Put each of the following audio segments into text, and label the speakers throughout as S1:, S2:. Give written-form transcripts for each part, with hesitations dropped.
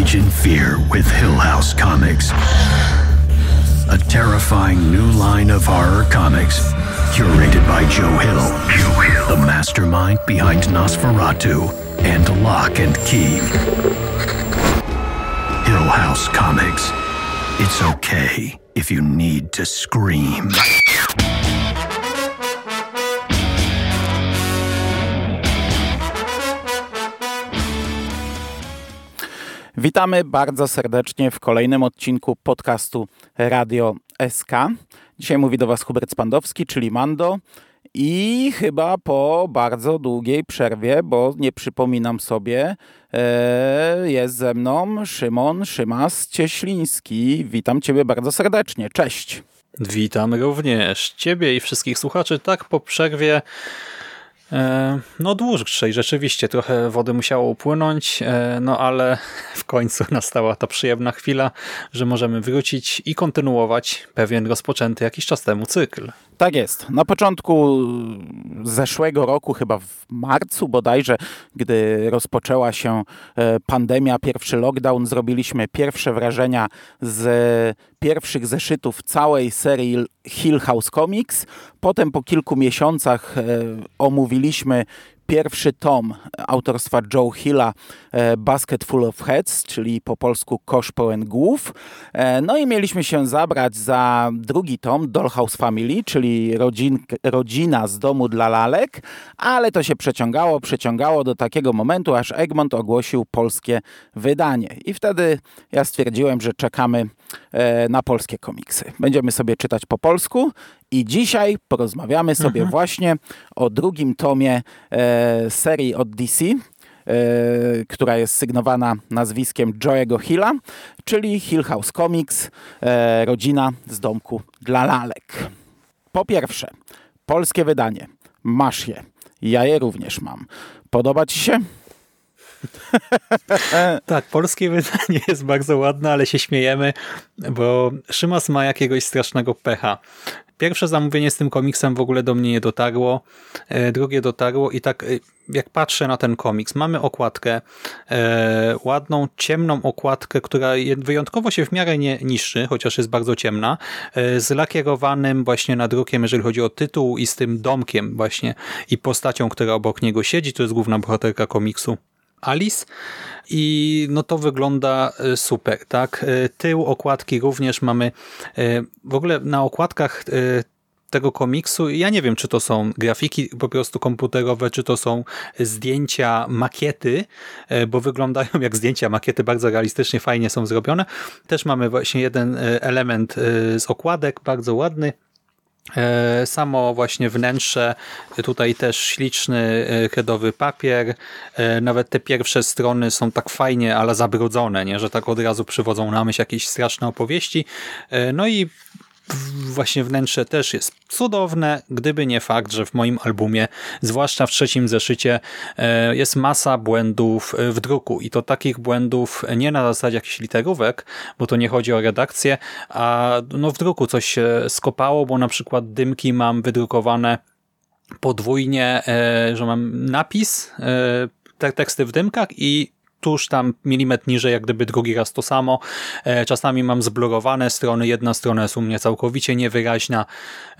S1: Rage in fear with Hill House Comics. A terrifying new line of horror comics curated by Joe Hill, the mastermind behind Nosferatu and Lock and Key. Hill House Comics. It's okay if you need to scream.
S2: Witamy bardzo serdecznie w kolejnym odcinku podcastu Radio SK. Dzisiaj mówi do Was Hubert Spandowski, czyli Mando. I chyba po bardzo długiej przerwie, bo nie przypominam sobie, jest ze mną Szymon Szymas-Cieśliński. Witam Ciebie bardzo serdecznie. Cześć.
S3: Witam również Ciebie i wszystkich słuchaczy. Tak po przerwie dłuższej, rzeczywiście trochę wody musiało upłynąć, ale w końcu nastała ta przyjemna chwila, że możemy wrócić i kontynuować pewien rozpoczęty jakiś czas temu cykl.
S2: Tak jest. Na początku zeszłego roku, chyba w marcu bodajże, gdy rozpoczęła się pandemia, pierwszy lockdown, zrobiliśmy pierwsze wrażenia z pierwszych zeszytów całej serii Hill House Comics. Potem po kilku miesiącach omówiliśmy pierwszy tom autorstwa Joe Hilla, Basket Full of Heads, czyli po polsku Kosz pełen głów. No i mieliśmy się zabrać za drugi tom Dollhouse Family, czyli rodzina z domu dla lalek, ale to się przeciągało do takiego momentu, aż Egmont ogłosił polskie wydanie. I wtedy ja stwierdziłem, że czekamy na polskie komiksy. Będziemy sobie czytać po polsku i dzisiaj porozmawiamy sobie właśnie o drugim tomie serii od DC, która jest sygnowana nazwiskiem Joe'ego Hilla, czyli Hill House Comics, rodzina z domku dla lalek. Po pierwsze, polskie wydanie. Masz je. Ja je również mam. Podoba Ci się?
S3: Tak, polskie wydanie jest bardzo ładne, ale się śmiejemy, bo Szymas ma jakiegoś strasznego pecha. Pierwsze zamówienie z tym komiksem w ogóle do mnie nie dotarło, drugie dotarło i tak jak patrzę na ten komiks, mamy okładkę, ładną, ciemną okładkę, która wyjątkowo się w miarę nie niszczy, chociaż jest bardzo ciemna, z lakierowanym właśnie nadrukiem, jeżeli chodzi o tytuł i z tym domkiem właśnie i postacią, która obok niego siedzi, to jest główna bohaterka komiksu. Alice i to wygląda super, tak? Tył okładki również mamy, w ogóle na okładkach tego komiksu, ja nie wiem, czy to są grafiki po prostu komputerowe, czy to są zdjęcia, makiety, bo wyglądają jak zdjęcia, makiety bardzo realistycznie, fajnie są zrobione. Też mamy właśnie jeden element z okładek, bardzo ładny. Samo właśnie wnętrze, tutaj też śliczny kredowy papier, nawet te pierwsze strony są tak fajnie, ale zabrudzone, nie? Że tak od razu przywodzą na myśl jakieś straszne opowieści. No i właśnie wnętrze też jest cudowne, gdyby nie fakt, że w moim albumie, zwłaszcza w trzecim zeszycie, jest masa błędów w druku i to takich błędów nie na zasadzie jakichś literówek, bo to nie chodzi o redakcję, a w druku coś się skopało, bo na przykład dymki mam wydrukowane podwójnie, że mam napis, teksty w dymkach i tuż tam milimetr niżej, jak gdyby drugi raz to samo. Czasami mam zblurowane strony, jedna strona jest u mnie całkowicie niewyraźna.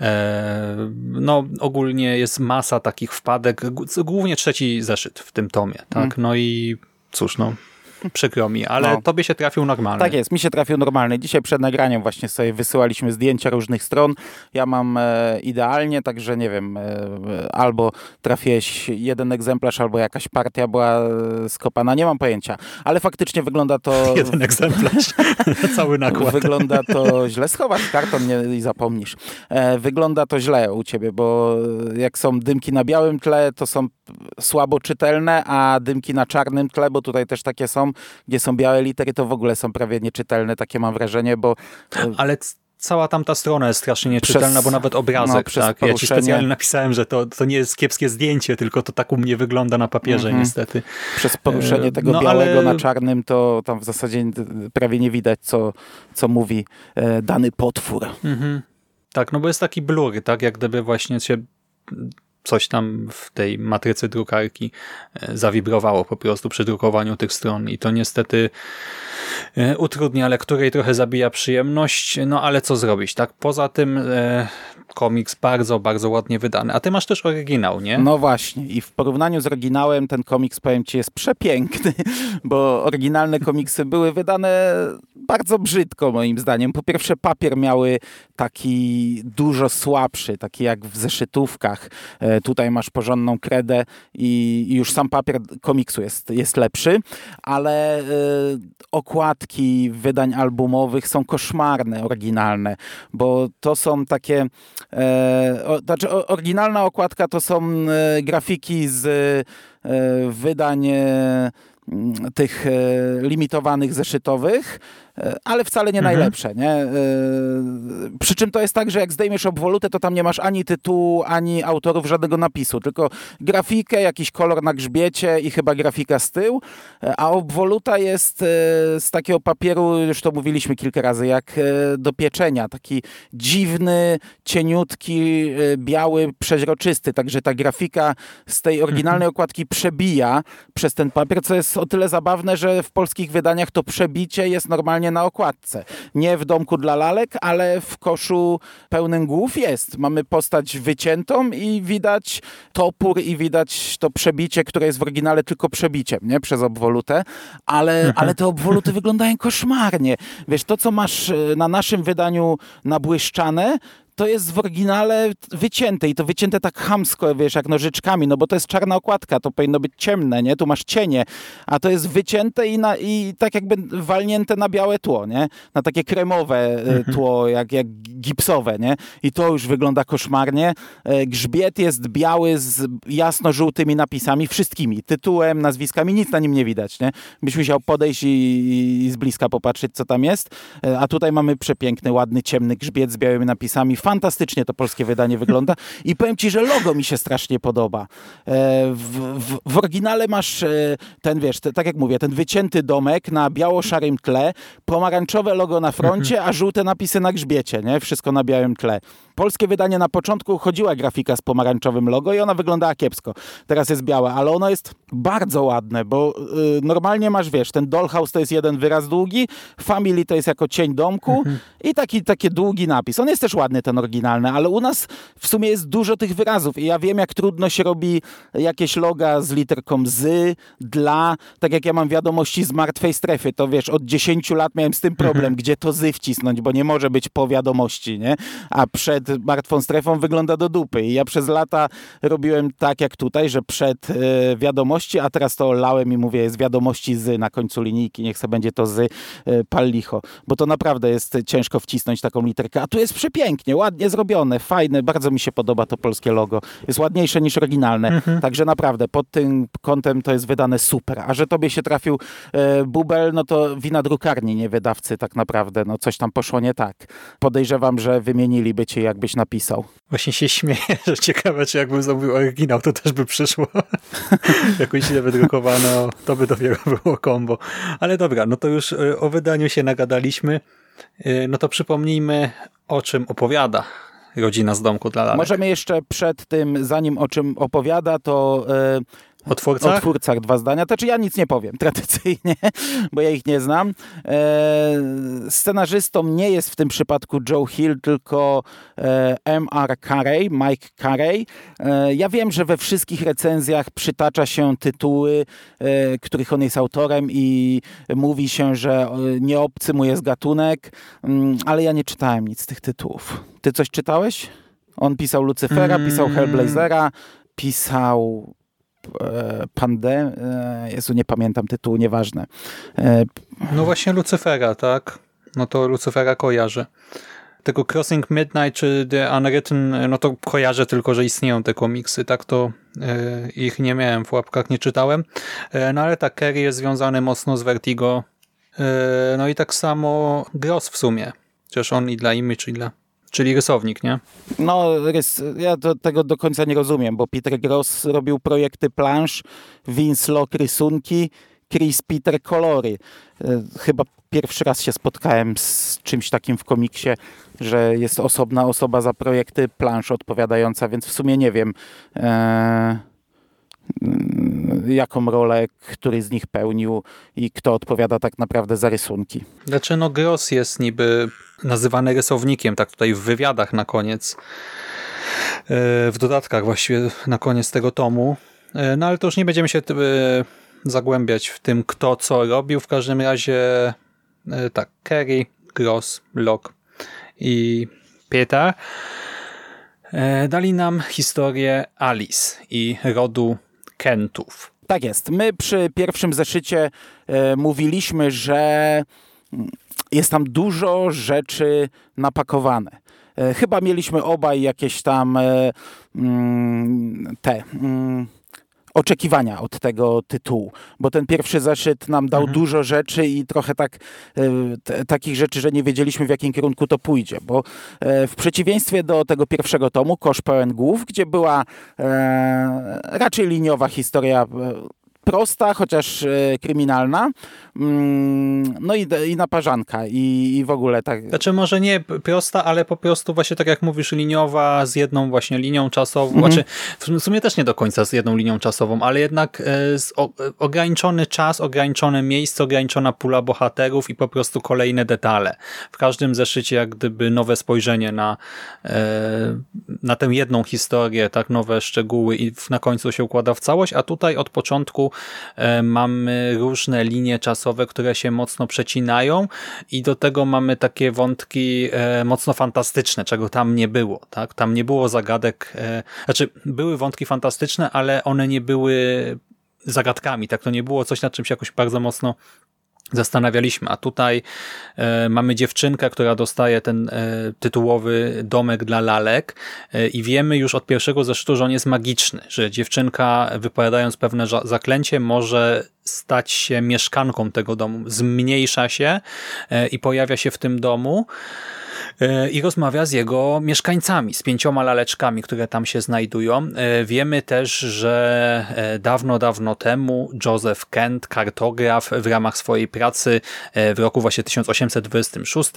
S3: Ogólnie jest masa takich wpadek, głównie trzeci zeszyt w tym tomie, tak? No i cóż, przykro mi, ale tobie się trafił normalny.
S2: Tak jest, mi się trafił normalny. Dzisiaj przed nagraniem właśnie sobie wysyłaliśmy zdjęcia różnych stron. Ja mam idealnie, także nie wiem, albo trafiłeś jeden egzemplarz, albo jakaś partia była skopana, nie mam pojęcia. Ale faktycznie wygląda to...
S3: Jeden egzemplarz, cały nakład.
S2: Wygląda to źle. Schowasz karton i zapomnisz. Wygląda to źle u ciebie, bo jak są dymki na białym tle, to są słabo czytelne, a dymki na czarnym tle, bo tutaj też takie są, gdzie są białe litery, to w ogóle są prawie nieczytelne, takie mam wrażenie, bo...
S3: Ale cała tamta strona jest strasznie nieczytelna, bo nawet obrazek, tak? Ja ci specjalnie napisałem, że to nie jest kiepskie zdjęcie, tylko to tak u mnie wygląda na papierze niestety.
S2: Przez poruszenie tego białego na czarnym, to tam w zasadzie prawie nie widać, co mówi dany potwór.
S3: Tak, bo jest taki blur, tak? Jak gdyby właśnie się coś tam w tej matrycy drukarki zawibrowało po prostu przy drukowaniu tych stron i to niestety utrudnia lekturę i trochę zabija przyjemność, no ale co zrobić, tak? Poza tym komiks bardzo, bardzo ładnie wydany. A ty masz też oryginał, nie?
S2: No właśnie i w porównaniu z oryginałem ten komiks, powiem ci, jest przepiękny, bo oryginalne komiksy były wydane bardzo brzydko moim zdaniem. Po pierwsze papier miały taki dużo słabszy, taki jak w zeszytówkach. Tutaj masz porządną kredę i już sam papier komiksu jest lepszy, ale okładki wydań albumowych są koszmarne, oryginalne, bo to są takie znaczy oryginalna okładka to są grafiki z wydań tych limitowanych zeszytowych, ale wcale nie najlepsze, nie? Przy czym to jest tak, że jak zdejmiesz obwolutę, to tam nie masz ani tytułu, ani autorów, żadnego napisu, tylko grafikę, jakiś kolor na grzbiecie i chyba grafika z tyłu, a obwoluta jest z takiego papieru, już to mówiliśmy kilka razy, jak do pieczenia, taki dziwny, cieniutki, biały, przeźroczysty, także ta grafika z tej oryginalnej okładki przebija przez ten papier, co jest o tyle zabawne, że w polskich wydaniach to przebicie jest normalnie na okładce. Nie w domku dla lalek, ale w koszu pełnym głów jest. Mamy postać wyciętą i widać topór i widać to przebicie, które jest w oryginale tylko przebiciem, nie? Przez obwolutę, ale te obwoluty wyglądają koszmarnie. Wiesz, to co masz na naszym wydaniu nabłyszczane, to jest w oryginale wycięte i to wycięte tak chamsko, wiesz, jak nożyczkami, no bo to jest czarna okładka, to powinno być ciemne, nie? Tu masz cienie, a to jest wycięte i tak jakby walnięte na białe tło, nie? Na takie kremowe tło, jak gipsowe, nie? I to już wygląda koszmarnie. Grzbiet jest biały z jasno-żółtymi napisami, wszystkimi, tytułem, nazwiskami, nic na nim nie widać, nie? Byś musiał podejść i z bliska popatrzeć, co tam jest, a tutaj mamy przepiękny, ładny, ciemny grzbiet z białymi napisami. Fantastycznie to polskie wydanie wygląda i powiem ci, że logo mi się strasznie podoba. W oryginale masz ten, wiesz, tak jak mówię, ten wycięty domek na biało-szarym tle, pomarańczowe logo na froncie, a żółte napisy na grzbiecie, nie? Wszystko na białym tle. Polskie wydanie na początku chodziła grafika z pomarańczowym logo i ona wyglądała kiepsko. Teraz jest białe, ale ono jest bardzo ładne, bo normalnie masz, wiesz, ten dollhouse to jest jeden wyraz długi, family to jest jako cień domku i taki długi napis. On jest też ładny, ten oryginalny, ale u nas w sumie jest dużo tych wyrazów i ja wiem, jak trudno się robi jakieś loga z literką z, dla, tak jak ja mam wiadomości z martwej strefy, to wiesz, od 10 lat miałem z tym problem, gdzie to z wcisnąć, bo nie może być po wiadomości, nie? A przed martwą strefą wygląda do dupy i ja przez lata robiłem tak jak tutaj, że przed wiadomości, a teraz to lałem i mówię, jest wiadomości z na końcu linijki, niech sobie będzie to z pal licho, bo to naprawdę jest ciężko wcisnąć taką literkę, a tu jest przepięknie, ładnie zrobione, fajne, bardzo mi się podoba to polskie logo. Jest ładniejsze niż oryginalne. Także naprawdę pod tym kątem to jest wydane super. A że tobie się trafił bubel, no to wina drukarni, nie wydawcy tak naprawdę. No coś tam poszło nie tak. Podejrzewam, że wymieniliby cię, jakbyś napisał.
S3: Właśnie się śmieję, że ciekawe, czy jakbym zrobił oryginał, to też by przyszło. Jakoś źle wydrukowane, to by dopiero było kombo. Ale dobra, no to już o wydaniu się nagadaliśmy. No to przypomnijmy, o czym opowiada Rodzina z domku dla lalek.
S2: Możemy jeszcze przed tym, zanim o czym opowiada, to
S3: o twórcach
S2: 2 zdania. To znaczy ja nic nie powiem tradycyjnie, bo ja ich nie znam. Scenarzystą nie jest w tym przypadku Joe Hill, tylko M.R. Carey, Mike Carey. Ja wiem, że we wszystkich recenzjach przytacza się tytuły, których on jest autorem i mówi się, że nie obcy mu jest gatunek, ale ja nie czytałem nic z tych tytułów. Ty coś czytałeś? On pisał Lucyfera, pisał Hellblazera, pisał Jezu, nie pamiętam tytułu, nieważne.
S3: No właśnie Lucyfera, tak? No to Lucyfera kojarzę. Tego Crossing Midnight czy The Unwritten, no to kojarzę tylko, że istnieją te komiksy, tak to ich nie miałem w łapkach, nie czytałem. No ale tak, Carey jest związany mocno z Vertigo. No i tak samo Gross w sumie. Chociaż on i dla Image, czyli rysownik, nie?
S2: No, ja tego do końca nie rozumiem, bo Peter Gross robił projekty plansz, Vince Locke rysunki, Chris Peter kolory. Chyba pierwszy raz się spotkałem z czymś takim w komiksie, że jest osobna osoba za projekty plansz odpowiadająca, więc w sumie nie wiem, jaką rolę który z nich pełnił i kto odpowiada tak naprawdę za rysunki.
S3: Znaczy, no Gross jest niby nazywany rysownikiem, tak tutaj w wywiadach na koniec, w dodatkach właściwie na koniec tego tomu, no ale to już nie będziemy się zagłębiać w tym, kto co robił. W każdym razie tak, Kerry, Gross, Locke i Peter dali nam historię Alice i rodu Kentów.
S2: Tak jest. My przy pierwszym zeszycie mówiliśmy, że jest tam dużo rzeczy napakowane. Chyba mieliśmy obaj jakieś tam oczekiwania od tego tytułu, bo ten pierwszy zeszyt nam dał dużo rzeczy i trochę tak takich rzeczy, że nie wiedzieliśmy, w jakim kierunku to pójdzie, bo w przeciwieństwie do tego pierwszego tomu, Kosz pełen głów, gdzie była raczej liniowa historia, prosta, chociaż kryminalna, no i naparzanka i w ogóle tak.
S3: Znaczy może nie prosta, ale po prostu właśnie tak jak mówisz, liniowa z jedną właśnie linią czasową, znaczy w sumie też nie do końca z jedną linią czasową, ale jednak ograniczony czas, ograniczone miejsce, ograniczona pula bohaterów i po prostu kolejne detale. W każdym zeszycie jak gdyby nowe spojrzenie na tę jedną historię, tak, nowe szczegóły i na końcu się układa w całość, a tutaj od początku mamy różne linie czasowe, które się mocno przecinają i do tego mamy takie wątki mocno fantastyczne, czego tam nie było. Tak? Tam nie było zagadek, znaczy były wątki fantastyczne, ale one nie były zagadkami. Tak? To nie było coś, nad czym się jakoś bardzo mocno zastanawialiśmy, a tutaj mamy dziewczynkę, która dostaje ten tytułowy domek dla lalek i wiemy już od pierwszego zeszytu, że on jest magiczny, że dziewczynka wypowiadając pewne zaklęcie może stać się mieszkanką tego domu, zmniejsza się i pojawia się w tym domu i rozmawia z jego mieszkańcami, z 5 laleczkami, które tam się znajdują. Wiemy też, że dawno, dawno temu Joseph Kent, kartograf, w ramach swojej pracy w roku właśnie 1826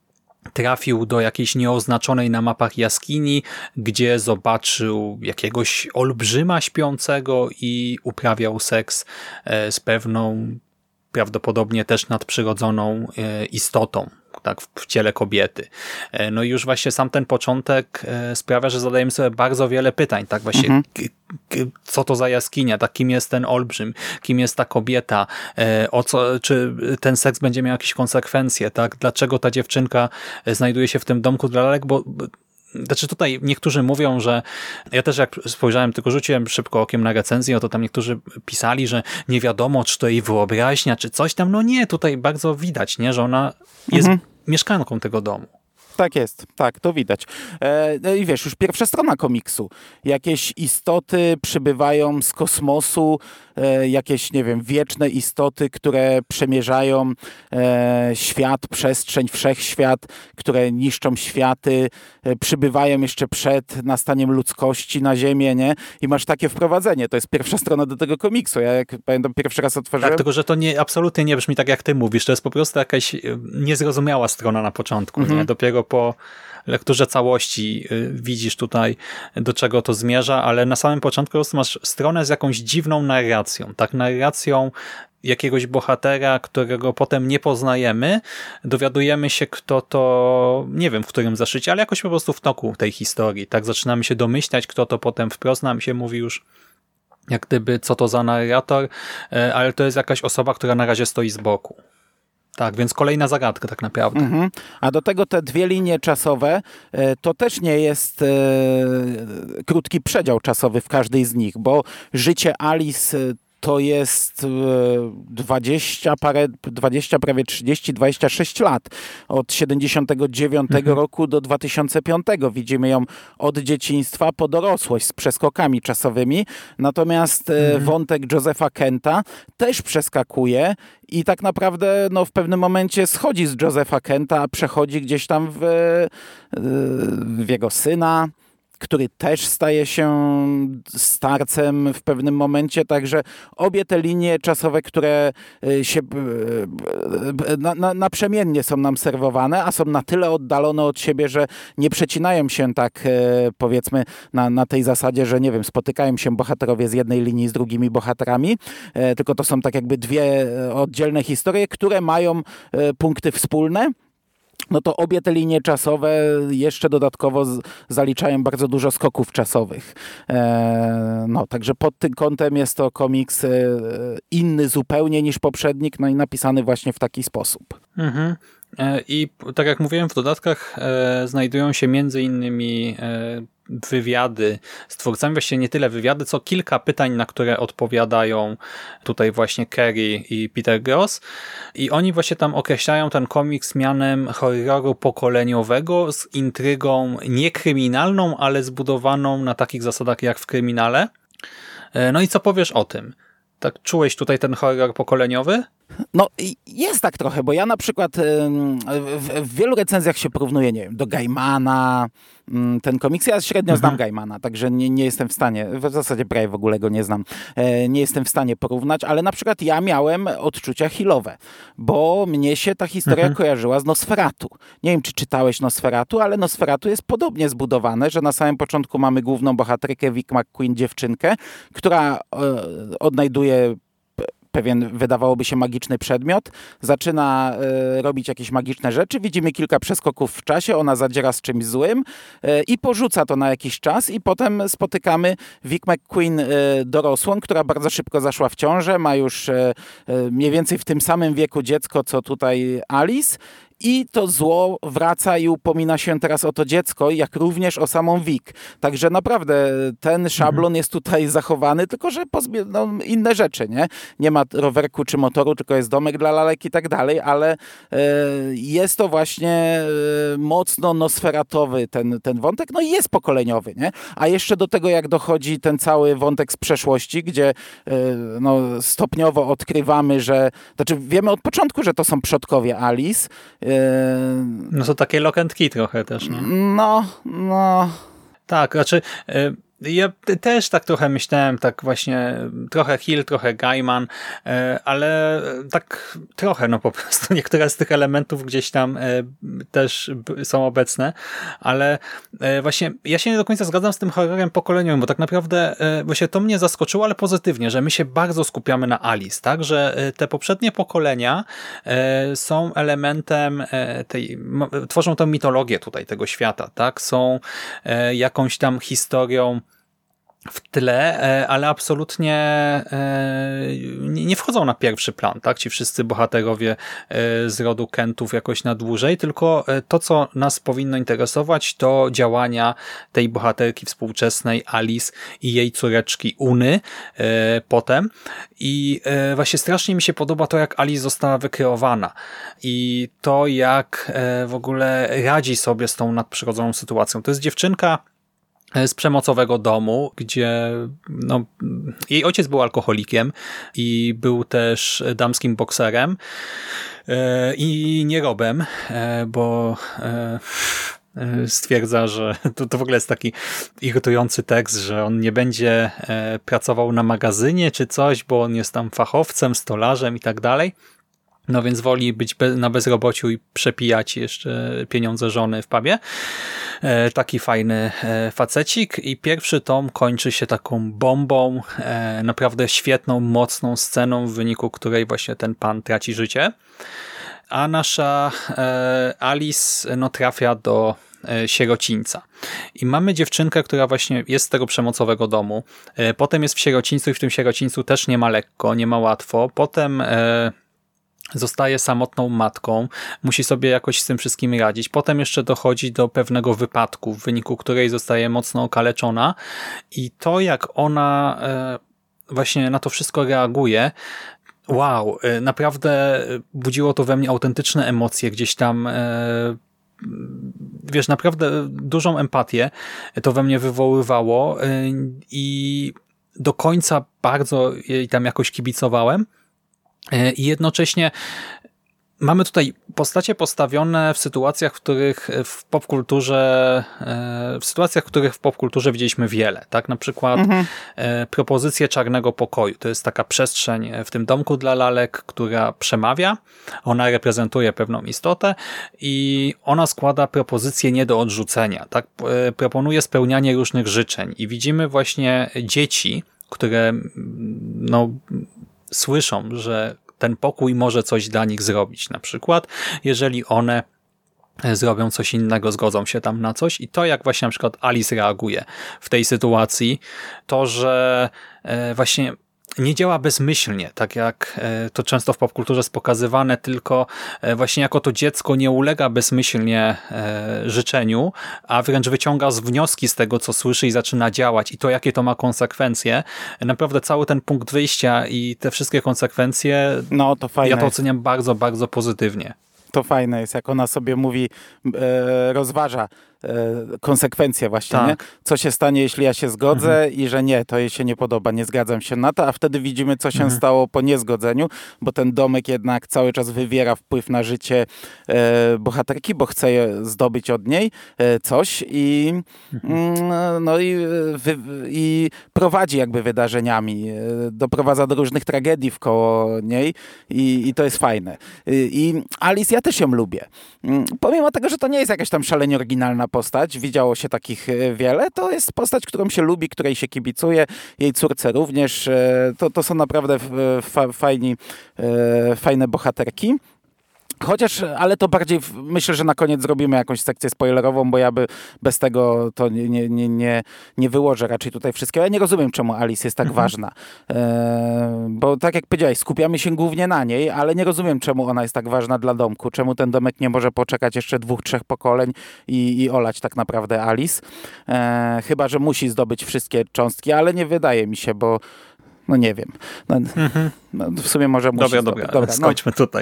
S3: trafił do jakiejś nieoznaczonej na mapach jaskini, gdzie zobaczył jakiegoś olbrzyma śpiącego i uprawiał seks z pewną prawdopodobnie też nadprzyrodzoną istotą, tak, w ciele kobiety. No i już właśnie sam ten początek sprawia, że zadajemy sobie bardzo wiele pytań, tak właśnie, co to za jaskinia, tak, kim jest ten olbrzym, kim jest ta kobieta, czy ten seks będzie miał jakieś konsekwencje, tak, dlaczego ta dziewczynka znajduje się w tym domku dla lalek, bo znaczy tutaj niektórzy mówią, że ja też jak spojrzałem, tylko rzuciłem szybko okiem na recenzję, to tam niektórzy pisali, że nie wiadomo, czy to jej wyobraźnia, czy coś tam. No nie, tutaj bardzo widać, nie, że ona jest mieszkanką tego domu.
S2: Tak jest, tak, to widać. I wiesz, już pierwsza strona komiksu. Jakieś istoty przybywają z kosmosu, jakieś, nie wiem, wieczne istoty, które przemierzają świat, przestrzeń, wszechświat, które niszczą światy, przybywają jeszcze przed nastaniem ludzkości na Ziemię, nie? I masz takie wprowadzenie. To jest pierwsza strona do tego komiksu. Ja jak pamiętam, pierwszy raz otworzyłem.
S3: Tak, tylko że to absolutnie nie brzmi tak, jak ty mówisz. To jest po prostu jakaś niezrozumiała strona na początku. Nie? Dopiero po lekturze całości widzisz tutaj, do czego to zmierza, ale na samym początku po prostu masz stronę z jakąś dziwną narracją. Tak, narracją jakiegoś bohatera, którego potem nie poznajemy. Dowiadujemy się, kto to, nie wiem w którym zeszycie, ale jakoś po prostu w toku tej historii. Tak, zaczynamy się domyślać, kto to potem wprost nam się mówi już, jak gdyby, co to za narrator, ale to jest jakaś osoba, która na razie stoi z boku. Tak, więc kolejna zagadka tak naprawdę.
S2: A do tego te dwie linie czasowe, to też nie jest krótki przedział czasowy w każdej z nich, bo życie Alice to jest 20, prawie 30, 26 lat. Od 79 roku do 2005. Widzimy ją od dzieciństwa po dorosłość z przeskokami czasowymi. Natomiast wątek Josepha Kenta też przeskakuje i tak naprawdę no, w pewnym momencie schodzi z Josepha Kenta, a przechodzi gdzieś tam w jego syna, który też staje się starcem w pewnym momencie, także obie te linie czasowe, które się naprzemiennie są nam serwowane, a są na tyle oddalone od siebie, że nie przecinają się tak, powiedzmy, na tej zasadzie, że nie wiem, spotykają się bohaterowie z jednej linii z drugimi bohaterami, tylko to są tak jakby dwie oddzielne historie, które mają punkty wspólne. No to obie te linie czasowe jeszcze dodatkowo zaliczają bardzo dużo skoków czasowych. No, także pod tym kątem jest to komiks inny zupełnie niż poprzednik, no i napisany właśnie w taki sposób.
S3: Mhm. I tak jak mówiłem, w dodatkach znajdują się między innymi wywiady z twórcami, właściwie nie tyle wywiady, co kilka pytań, na które odpowiadają tutaj właśnie Kerry i Peter Gross. I oni właśnie tam określają ten komiks mianem horroru pokoleniowego z intrygą nie kryminalną, ale zbudowaną na takich zasadach jak w Kryminale. No i co powiesz o tym? Tak czułeś tutaj ten horror pokoleniowy?
S2: No jest tak trochę, bo ja na przykład w wielu recenzjach się porównuję, nie wiem, do Gaimana, ten komiks. Ja średnio znam Gaimana, także nie jestem w stanie, w zasadzie prawie w ogóle go nie znam, nie jestem w stanie porównać, ale na przykład ja miałem odczucia Hillowe, bo mnie się ta historia kojarzyła z Nosferatu. Nie wiem, czy czytałeś Nosferatu, ale Nosferatu jest podobnie zbudowane, że na samym początku mamy główną bohaterkę Vic McQueen, dziewczynkę, która odnajduje pewien, wydawałoby się, magiczny przedmiot, zaczyna robić jakieś magiczne rzeczy, widzimy kilka przeskoków w czasie, ona zadziera z czymś złym i porzuca to na jakiś czas i potem spotykamy Vic McQueen dorosłą, która bardzo szybko zaszła w ciążę, ma już mniej więcej w tym samym wieku dziecko, co tutaj Alice. I to zło wraca i upomina się teraz o to dziecko, jak również o samą Vic. Także naprawdę ten szablon jest tutaj zachowany, tylko że inne rzeczy, nie? Nie ma rowerku czy motoru, tylko jest domek dla lalek i tak dalej, ale jest to właśnie mocno nosferatowy ten wątek, no i jest pokoleniowy, nie? A jeszcze do tego, jak dochodzi ten cały wątek z przeszłości, gdzie stopniowo odkrywamy, znaczy wiemy od początku, że to są przodkowie Alice.
S3: No to takie lock and key trochę też, nie?
S2: No.
S3: Tak, znaczy ja też tak trochę myślałem, tak właśnie trochę Hill, trochę Gaiman, ale tak trochę, no po prostu niektóre z tych elementów gdzieś tam też są obecne, ale właśnie ja się nie do końca zgadzam z tym horrorem pokoleniowym, bo tak naprawdę właśnie to mnie zaskoczyło, ale pozytywnie, że my się bardzo skupiamy na Alice, tak, że te poprzednie pokolenia są elementem tworzą tę mitologię tutaj tego świata, tak, są jakąś tam historią w tle, ale absolutnie nie wchodzą na pierwszy plan, tak? Ci wszyscy bohaterowie z rodu Kentów jakoś na dłużej, tylko to, co nas powinno interesować, to działania tej bohaterki współczesnej Alice i jej córeczki Uny potem. I właśnie strasznie mi się podoba to, jak Alice została wykreowana i to, jak w ogóle radzi sobie z tą nadprzyrodzoną sytuacją. To jest dziewczynka z przemocowego domu, gdzie jej ojciec był alkoholikiem i był też damskim bokserem i nierobem, bo stwierdza, że to w ogóle jest taki irytujący tekst, że on nie będzie pracował na magazynie czy coś, bo on jest tam fachowcem, stolarzem i tak dalej. No więc woli być na bezrobociu i przepijać jeszcze pieniądze żony w pubie. Taki fajny facecik i pierwszy tom kończy się taką bombą, naprawdę świetną, mocną sceną, w wyniku której właśnie ten pan traci życie. A nasza Alice trafia do sierocińca. I mamy dziewczynkę, która właśnie jest z tego przemocowego domu. Potem jest w sierocińcu i w tym sierocińcu też nie ma lekko, nie ma łatwo. Potem zostaje samotną matką, musi sobie jakoś z tym wszystkim radzić. Potem jeszcze dochodzi do pewnego wypadku, w wyniku której zostaje mocno okaleczona i to, jak ona właśnie na to wszystko reaguje, wow, naprawdę budziło to we mnie autentyczne emocje, gdzieś tam wiesz, naprawdę dużą empatię to we mnie wywoływało i do końca bardzo jej tam jakoś kibicowałem. I jednocześnie mamy tutaj postacie postawione w sytuacjach, w których w popkulturze widzieliśmy wiele. Tak, na przykład propozycję czarnego pokoju. To jest taka przestrzeń w tym domku dla lalek, która przemawia. Ona reprezentuje pewną istotę i ona składa propozycje nie do odrzucenia. Tak, proponuje spełnianie różnych życzeń i widzimy właśnie dzieci, które słyszą, że ten pokój może coś dla nich zrobić. Na przykład, jeżeli one zrobią coś innego, zgodzą się tam na coś i to, jak właśnie na przykład Alice reaguje w tej sytuacji, to, że właśnie nie działa bezmyślnie, tak jak to często w popkulturze jest pokazywane, tylko właśnie jako to dziecko nie ulega bezmyślnie życzeniu, a wręcz wyciąga wnioski z tego, co słyszy i zaczyna działać i to, jakie to ma konsekwencje. Naprawdę cały ten punkt wyjścia i te wszystkie konsekwencje,
S2: to fajne
S3: ja to oceniam bardzo, bardzo pozytywnie.
S2: To fajne jest, jak ona sobie mówi, rozważa konsekwencje właśnie,
S3: tak.
S2: Nie? Co się stanie, jeśli ja się zgodzę i że nie, to jej się nie podoba, nie zgadzam się na to, a wtedy widzimy, co się stało po niezgodzeniu, bo ten domek jednak cały czas wywiera wpływ na życie bohaterki, bo chce zdobyć od niej coś i prowadzi jakby wydarzeniami, doprowadza do różnych tragedii wkoło niej i to jest fajne. I Alice, ja też ją lubię. Pomimo tego, że to nie jest jakaś tam szalenie oryginalna postać, widziało się takich wiele, to jest postać, którą się lubi, której się kibicuje, jej córce również. To są naprawdę fajne bohaterki. Chociaż, ale to bardziej myślę, że na koniec zrobimy jakąś sekcję spoilerową, bo ja bez tego to nie wyłożę raczej tutaj wszystkiego. Ja nie rozumiem, czemu Alice jest tak ważna. Bo tak jak powiedziałeś, skupiamy się głównie na niej, ale nie rozumiem, czemu ona jest tak ważna dla domku. Czemu ten domek nie może poczekać jeszcze 2-3 pokoleń i olać tak naprawdę Alice. Chyba że musi zdobyć wszystkie cząstki, ale nie wydaje mi się, bo nie wiem. W sumie może musi.
S3: Dobra, skończmy tutaj.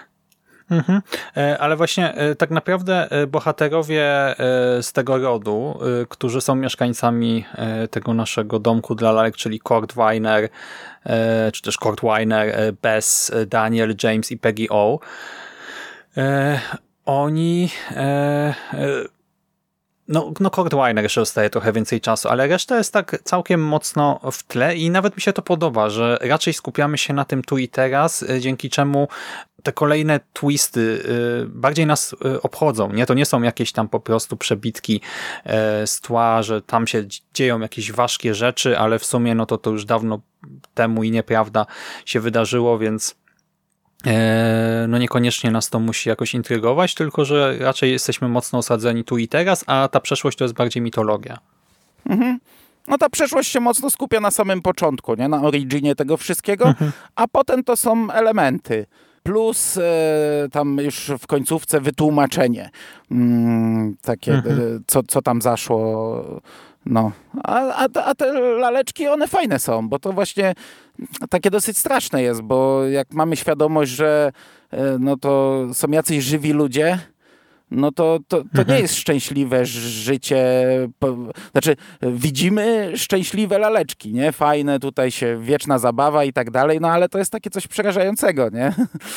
S3: Ale właśnie tak naprawdę bohaterowie z tego rodu, którzy są mieszkańcami tego naszego domku dla lalek, czyli Kurt Weiner, czy też Kurt Weiner, Bess, Daniel, James i Peggy O, oni Kurt Weiner jeszcze dostaje trochę więcej czasu, ale reszta jest tak całkiem mocno w tle i nawet mi się to podoba, że raczej skupiamy się na tym tu i teraz, dzięki czemu te kolejne twisty bardziej nas obchodzą. Nie? To nie są jakieś tam po prostu przebitki z tła, że tam się dzieją jakieś ważkie rzeczy, ale w sumie to już dawno temu i nieprawda się wydarzyło, więc niekoniecznie nas to musi jakoś intrygować, tylko że raczej jesteśmy mocno osadzeni tu i teraz, a ta przeszłość to jest bardziej mitologia.
S2: Ta przeszłość się mocno skupia na samym początku, nie? Na originie tego wszystkiego, a potem to są elementy. Plus tam już w końcówce wytłumaczenie takie, co tam zaszło. A te laleczki, one fajne są, bo to właśnie takie dosyć straszne jest, bo jak mamy świadomość, że to są jacyś żywi ludzie, to nie jest szczęśliwe życie. Znaczy, widzimy szczęśliwe laleczki, nie? Fajne, tutaj się wieczna zabawa i tak dalej, ale to jest takie coś przerażającego, nie?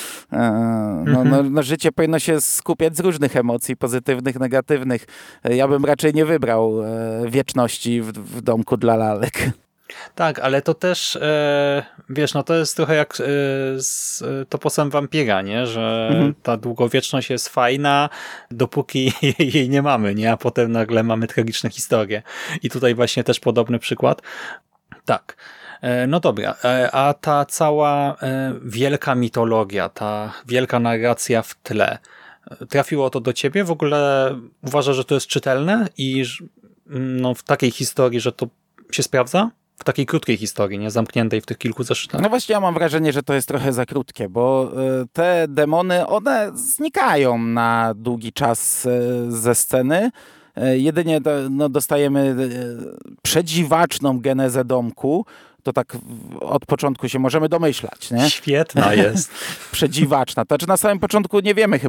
S2: Życie powinno się skupiać z różnych emocji, pozytywnych, negatywnych. Ja bym raczej nie wybrał wieczności w domku dla lalek.
S3: Tak, ale to też, to jest trochę jak z toposem wampira, nie? Że ta długowieczność jest fajna, dopóki jej nie mamy, nie? A potem nagle mamy tragiczne historie. I tutaj właśnie też podobny przykład. Tak. Dobra, a ta cała wielka mitologia, ta wielka narracja w tle, trafiło to do ciebie? W ogóle uważasz, że to jest czytelne i w takiej historii, że to się sprawdza? W takiej krótkiej historii, nie zamkniętej w tych kilku zeszytach.
S2: Właśnie ja mam wrażenie, że to jest trochę za krótkie, bo te demony, one znikają na długi czas ze sceny. Jedynie dostajemy przedziwaczną genezę domku. To tak od początku się możemy domyślać, nie?
S3: Świetna jest.
S2: Przedziwaczna. To znaczy na samym początku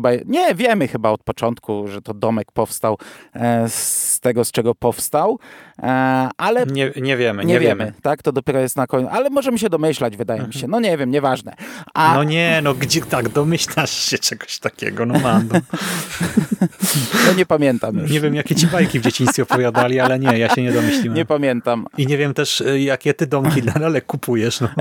S2: wiemy chyba od początku, że to domek powstał z tego, z czego powstał, Ale
S3: nie wiemy.
S2: Nie wiemy, tak? To dopiero jest na końcu. Ale możemy się domyślać, wydaje mi się. No nie wiem, nieważne.
S3: Gdzie tak domyślasz się czegoś takiego? No Mando.
S2: No nie pamiętam już.
S3: Nie wiem, jakie ci bajki w dzieciństwie opowiadali, ale nie, ja się nie domyśliłem.
S2: Nie pamiętam.
S3: I nie wiem też, jakie ty domki dla lalek kupujesz. No.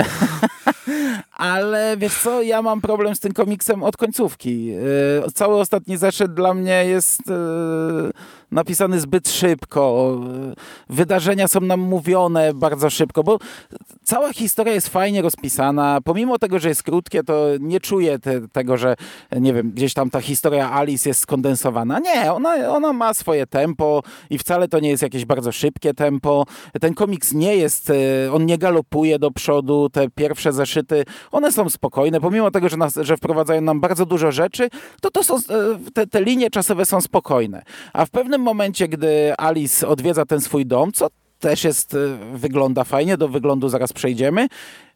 S2: Ale wiesz co, ja mam problem z tym komiksem od końcówki. Cały ostatni zeszyt dla mnie jest napisany zbyt szybko. Wydarzenia są nam mówione bardzo szybko, bo cała historia jest fajnie rozpisana. Pomimo tego, że jest krótkie, to nie czuję tego, że nie wiem, gdzieś tam ta historia Alice jest skondensowana. Nie, ona ma swoje tempo i wcale to nie jest jakieś bardzo szybkie tempo. Ten komiks nie jest, on nie galopuje do przodu. Te pierwsze zeszyty, one są spokojne. Pomimo tego, że wprowadzają nam bardzo dużo rzeczy, to są, te linie czasowe są spokojne. A w pewnym momencie, gdy Alice odwiedza ten swój dom, co też jest, wygląda fajnie, do wyglądu zaraz przejdziemy,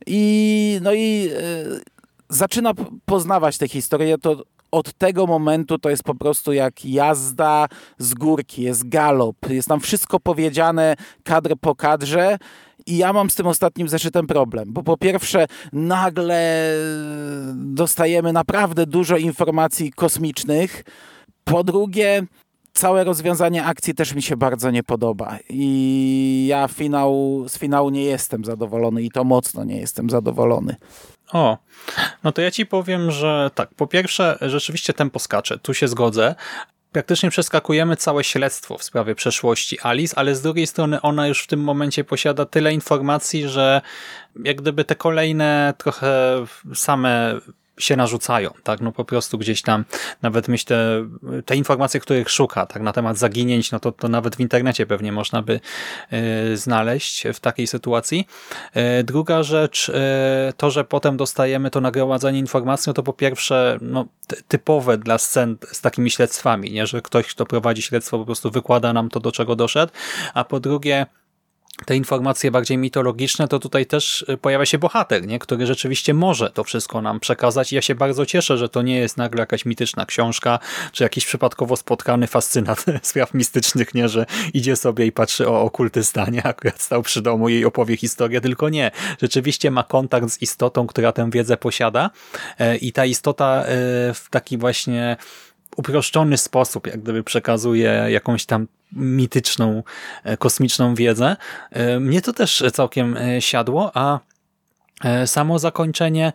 S2: i zaczyna poznawać tę historię, to od tego momentu to jest po prostu jak jazda z górki, jest galop, jest tam wszystko powiedziane kadr po kadrze. I ja mam z tym ostatnim zeszytem problem, bo po pierwsze nagle dostajemy naprawdę dużo informacji kosmicznych, po drugie całe rozwiązanie akcji też mi się bardzo nie podoba i ja z finału nie jestem zadowolony i to mocno nie jestem zadowolony.
S3: O, no to ja ci powiem, że tak, po pierwsze rzeczywiście tempo skacze, tu się zgodzę. Praktycznie przeskakujemy całe śledztwo w sprawie przeszłości Alice, ale z drugiej strony ona już w tym momencie posiada tyle informacji, że jak gdyby te kolejne trochę same się narzucają, tak, no po prostu gdzieś tam, nawet myślę, te informacje, których szuka, tak, na temat zaginięć, no to nawet w internecie pewnie można by znaleźć w takiej sytuacji. Druga rzecz, to, że potem dostajemy to nagromadzenie informacji, no to po pierwsze, no typowe dla scen z takimi śledztwami, nie, że ktoś, kto prowadzi śledztwo, po prostu wykłada nam to, do czego doszedł, a po drugie, te informacje bardziej mitologiczne, to tutaj też pojawia się bohater, nie? Który rzeczywiście może to wszystko nam przekazać i ja się bardzo cieszę, że to nie jest nagle jakaś mityczna książka, czy jakiś przypadkowo spotkany fascynat spraw mistycznych, nie? Że idzie sobie i patrzy o okultysta, nie? Akurat stał przy domu i opowie historię, tylko nie. Rzeczywiście ma kontakt z istotą, która tę wiedzę posiada i ta istota w taki właśnie uproszczony sposób, jak gdyby przekazuje jakąś tam mityczną, kosmiczną wiedzę. Mnie to też całkiem siadło, a samo zakończenie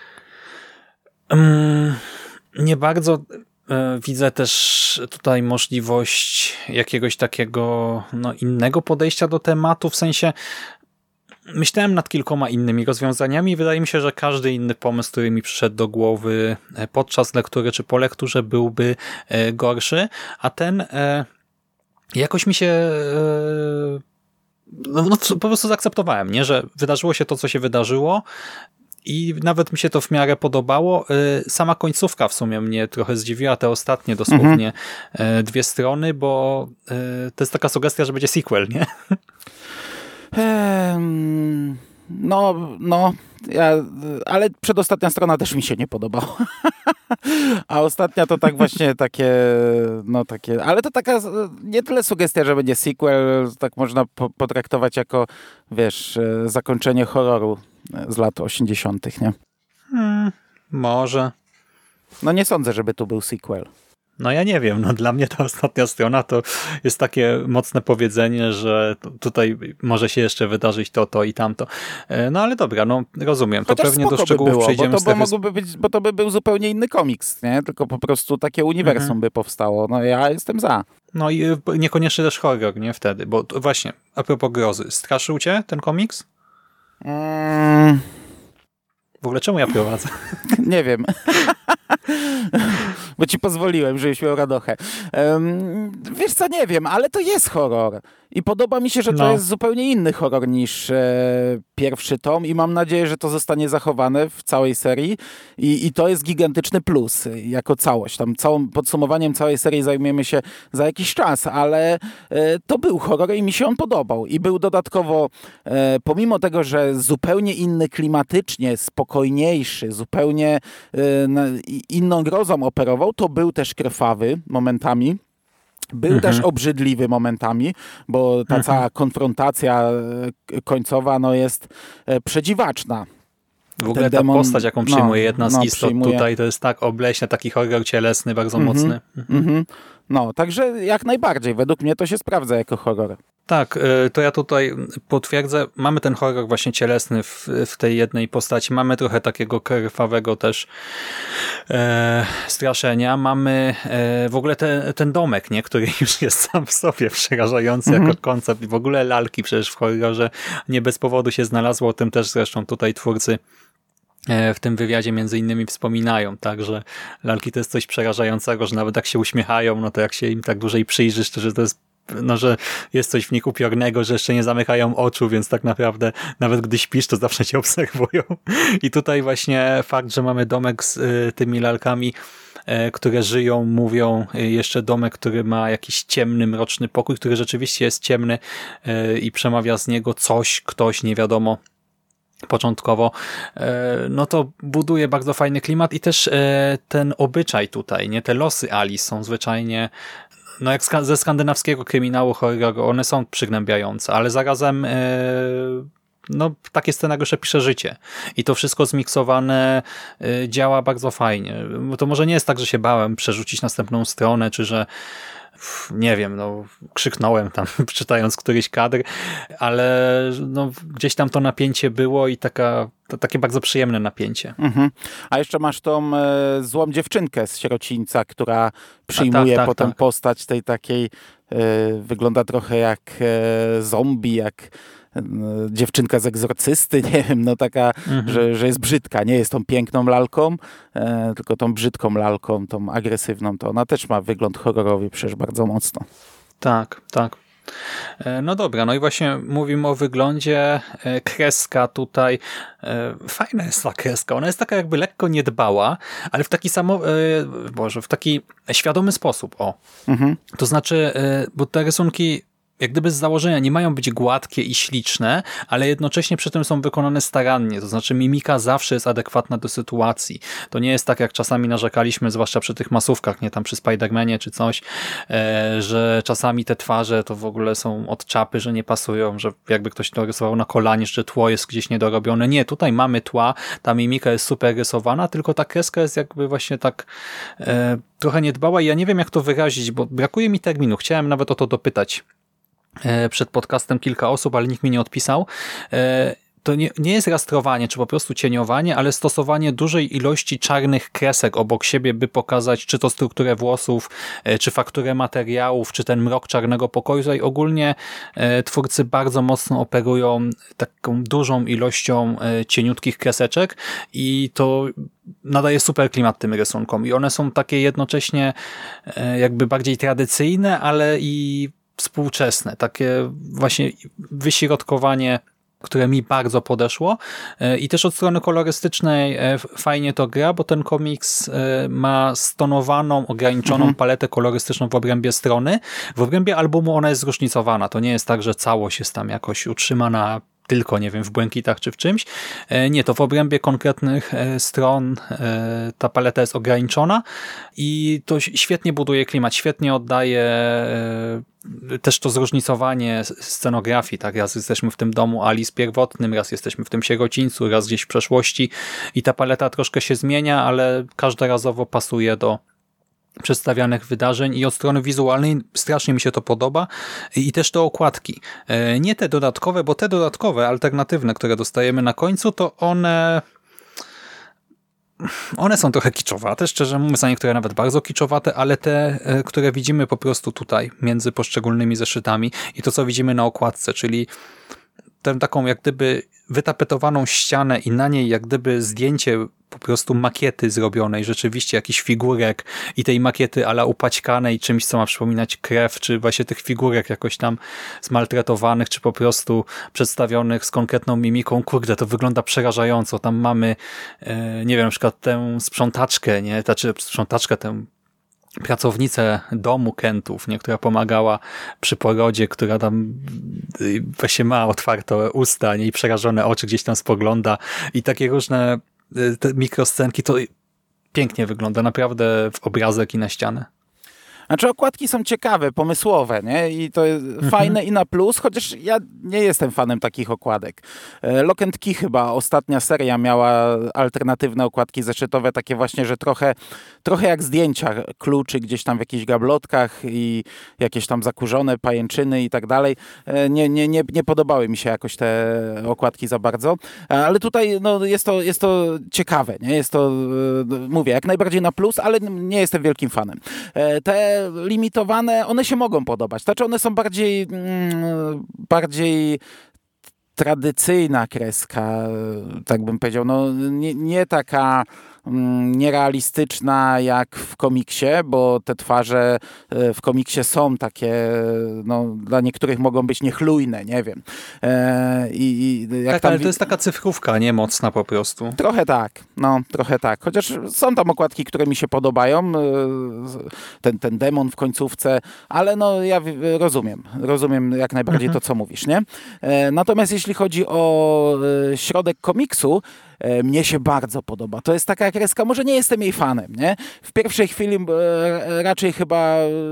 S3: nie bardzo widzę też tutaj możliwość jakiegoś takiego innego podejścia do tematu, w sensie myślałem nad kilkoma innymi rozwiązaniami i wydaje mi się, że każdy inny pomysł, który mi przyszedł do głowy podczas lektury czy po lekturze byłby gorszy, a ten jakoś mi się po prostu zaakceptowałem, nie? Że wydarzyło się to, co się wydarzyło i nawet mi się to w miarę podobało. Sama końcówka w sumie mnie trochę zdziwiła, te ostatnie dosłownie 2 strony, bo to jest taka sugestia, że będzie sequel, nie?
S2: Ale przedostatnia strona też mi się nie podobała. A ostatnia to tak właśnie takie, ale to taka nie tyle sugestia, że będzie sequel, tak można potraktować jako, wiesz, zakończenie horroru z lat 80., nie?
S3: Może.
S2: No nie sądzę, żeby tu był sequel.
S3: No ja nie wiem, dla mnie ta ostatnia strona to jest takie mocne powiedzenie, że tutaj może się jeszcze wydarzyć to i tamto. No ale dobra, rozumiem. To
S2: chociaż
S3: pewnie do szczegółów
S2: by było,
S3: przejdziemy.
S2: Bo to by był zupełnie inny komiks, nie? Tylko po prostu takie uniwersum by powstało. No ja jestem za.
S3: No i niekoniecznie też horror, nie? Wtedy, bo właśnie, a propos grozy, straszył cię ten komiks? W ogóle czemu ja prowadzę?
S2: Nie wiem. Bo ci pozwoliłem, żebyś miał radochę. Wiesz co, nie wiem, ale to jest horror. I podoba mi się, że to jest zupełnie inny horror niż pierwszy tom i mam nadzieję, że to zostanie zachowane w całej serii i to jest gigantyczny plus jako całość. Tam podsumowaniem całej serii zajmiemy się za jakiś czas, ale to był horror i mi się on podobał. I był dodatkowo, pomimo tego, że zupełnie inny klimatycznie, spokojniejszy, zupełnie inną grozą operował, to był też krwawy momentami. Był też obrzydliwy momentami, bo ta cała konfrontacja końcowa jest przedziwaczna.
S3: W ogóle ta postać, jaką przyjmuje jedna z istot tutaj, to jest tak obleśna, taki horror cielesny, bardzo mocny.
S2: No, także jak najbardziej. Według mnie to się sprawdza jako horror.
S3: Tak, to ja tutaj potwierdzę. Mamy ten horror właśnie cielesny w tej jednej postaci. Mamy trochę takiego krwawego też straszenia. Mamy w ogóle ten domek, nie, który już jest sam w sobie przerażający jako koncept. I w ogóle lalki przecież w horrorze nie bez powodu się znalazło. O tym też zresztą tutaj twórcy w tym wywiadzie między innymi wspominają, tak, że lalki to jest coś przerażającego, że nawet jak się uśmiechają, no to jak się im tak dłużej przyjrzysz, to że to jest że jest coś w nich upiornego, że jeszcze nie zamykają oczu, więc tak naprawdę nawet gdy śpisz, to zawsze cię obserwują. I tutaj właśnie fakt, że mamy domek z tymi lalkami, które żyją, mówią, jeszcze domek, który ma jakiś ciemny, mroczny pokój, który rzeczywiście jest ciemny i przemawia z niego ktoś, nie wiadomo początkowo, no to buduje bardzo fajny klimat i też ten obyczaj tutaj, nie, te losy Alice są zwyczajnie no jak ze skandynawskiego kryminału horroru, one są przygnębiające, ale zarazem no takie scenariusze pisze życie i to wszystko zmiksowane działa bardzo fajnie. To może nie jest tak, że się bałem przerzucić następną stronę, czy że nie wiem, no krzyknąłem tam czytając któryś kadr, ale no, gdzieś tam to napięcie było i takie bardzo przyjemne napięcie.
S2: A jeszcze masz tą złą dziewczynkę z sierocińca, która przyjmuje potem postać tej takiej, wygląda trochę jak zombie, jak dziewczynka z Egzorcysty, nie wiem, no taka, że jest brzydka, nie jest tą piękną lalką, tylko tą brzydką lalką, tą agresywną, to ona też ma wygląd horrorowy przecież bardzo mocno.
S3: Tak. No dobra, no i właśnie mówimy o wyglądzie. Kreska tutaj, fajna jest ta kreska, ona jest taka jakby lekko niedbała, ale w taki w taki świadomy sposób, To znaczy, bo te rysunki jak gdyby z założenia nie mają być gładkie i śliczne, ale jednocześnie przy tym są wykonane starannie. To znaczy mimika zawsze jest adekwatna do sytuacji. To nie jest tak, jak czasami narzekaliśmy, zwłaszcza przy tych masówkach, nie tam przy Spider-Manie czy coś, że czasami te twarze to w ogóle są od czapy, że nie pasują, że jakby ktoś to rysował na kolanie, że tło jest gdzieś niedorobione. Nie, tutaj mamy tła, ta mimika jest super rysowana, tylko ta kreska jest jakby właśnie tak trochę niedbała i ja nie wiem, jak to wyrazić, bo brakuje mi terminu. Chciałem nawet o to dopytać przed podcastem kilka osób, ale nikt mi nie odpisał. To nie jest rastrowanie, czy po prostu cieniowanie, ale stosowanie dużej ilości czarnych kresek obok siebie, by pokazać czy to strukturę włosów, czy fakturę materiałów, czy ten mrok czarnego pokoju. Tutaj ogólnie twórcy bardzo mocno operują taką dużą ilością cieniutkich kreseczek i to nadaje super klimat tym rysunkom. I one są takie jednocześnie jakby bardziej tradycyjne, ale i współczesne, takie właśnie wyśrodkowanie, które mi bardzo podeszło i też od strony kolorystycznej fajnie to gra, bo ten komiks ma stonowaną, ograniczoną paletę kolorystyczną w obrębie strony. W obrębie albumu ona jest zróżnicowana. To nie jest tak, że całość jest tam jakoś utrzymana tylko, nie wiem, w błękitach czy w czymś. Nie, to w obrębie konkretnych stron ta paleta jest ograniczona i to świetnie buduje klimat, świetnie oddaje też to zróżnicowanie scenografii, tak? Raz jesteśmy w tym domu Alice pierwotnym, raz jesteśmy w tym sierocińcu, raz gdzieś w przeszłości i ta paleta troszkę się zmienia, ale każdorazowo pasuje do przedstawianych wydarzeń i od strony wizualnej strasznie mi się to podoba i też te okładki. Nie te dodatkowe, bo te dodatkowe, alternatywne, które dostajemy na końcu, to one są trochę kiczowate, szczerze mówiąc, a niektóre nawet bardzo kiczowate, ale te, które widzimy po prostu tutaj między poszczególnymi zeszytami i to, co widzimy na okładce, czyli tę taką jak gdyby wytapetowaną ścianę i na niej jak gdyby zdjęcie po prostu makiety zrobionej, rzeczywiście jakichś figurek i tej makiety ala upaćkanej czymś, co ma przypominać krew, czy właśnie tych figurek jakoś tam zmaltretowanych, czy po prostu przedstawionych z konkretną mimiką. Kurde, to wygląda przerażająco. Tam mamy, nie wiem, na przykład tę sprzątaczkę, nie? Tę pracownicę domu Kentów, nie, która pomagała przy porodzie, która tam właśnie ma otwarte usta, nie, i przerażone oczy gdzieś tam spogląda i takie różne te mikroscenki, to pięknie wygląda, naprawdę w obrazek i na ścianę.
S2: Znaczy okładki są ciekawe, pomysłowe, nie? I to jest fajne i na plus, chociaż ja nie jestem fanem takich okładek. Lock and Key chyba, ostatnia seria miała alternatywne okładki zeszytowe, takie właśnie, że trochę jak zdjęcia kluczy gdzieś tam w jakichś gablotkach i jakieś tam zakurzone pajęczyny i tak dalej. Nie podobały mi się jakoś te okładki za bardzo, ale tutaj no, jest to ciekawe, nie? Jest to, mówię, jak najbardziej na plus, ale nie jestem wielkim fanem. Te limitowane, one się mogą podobać. Znaczy one są bardziej tradycyjna kreska, tak bym powiedział. No, nie taka nierealistyczna jak w komiksie, bo te twarze w komiksie są takie, no, dla niektórych mogą być niechlujne, nie wiem.
S3: Tak, ale to jest taka cyfrówka, nie mocna po prostu.
S2: Trochę tak. Chociaż są tam okładki, które mi się podobają. Ten demon w końcówce, ale no ja rozumiem jak najbardziej to, co mówisz, nie? Natomiast jeśli chodzi o środek komiksu, mnie się bardzo podoba. To jest taka kreska, może nie jestem jej fanem, nie? W pierwszej chwili raczej chyba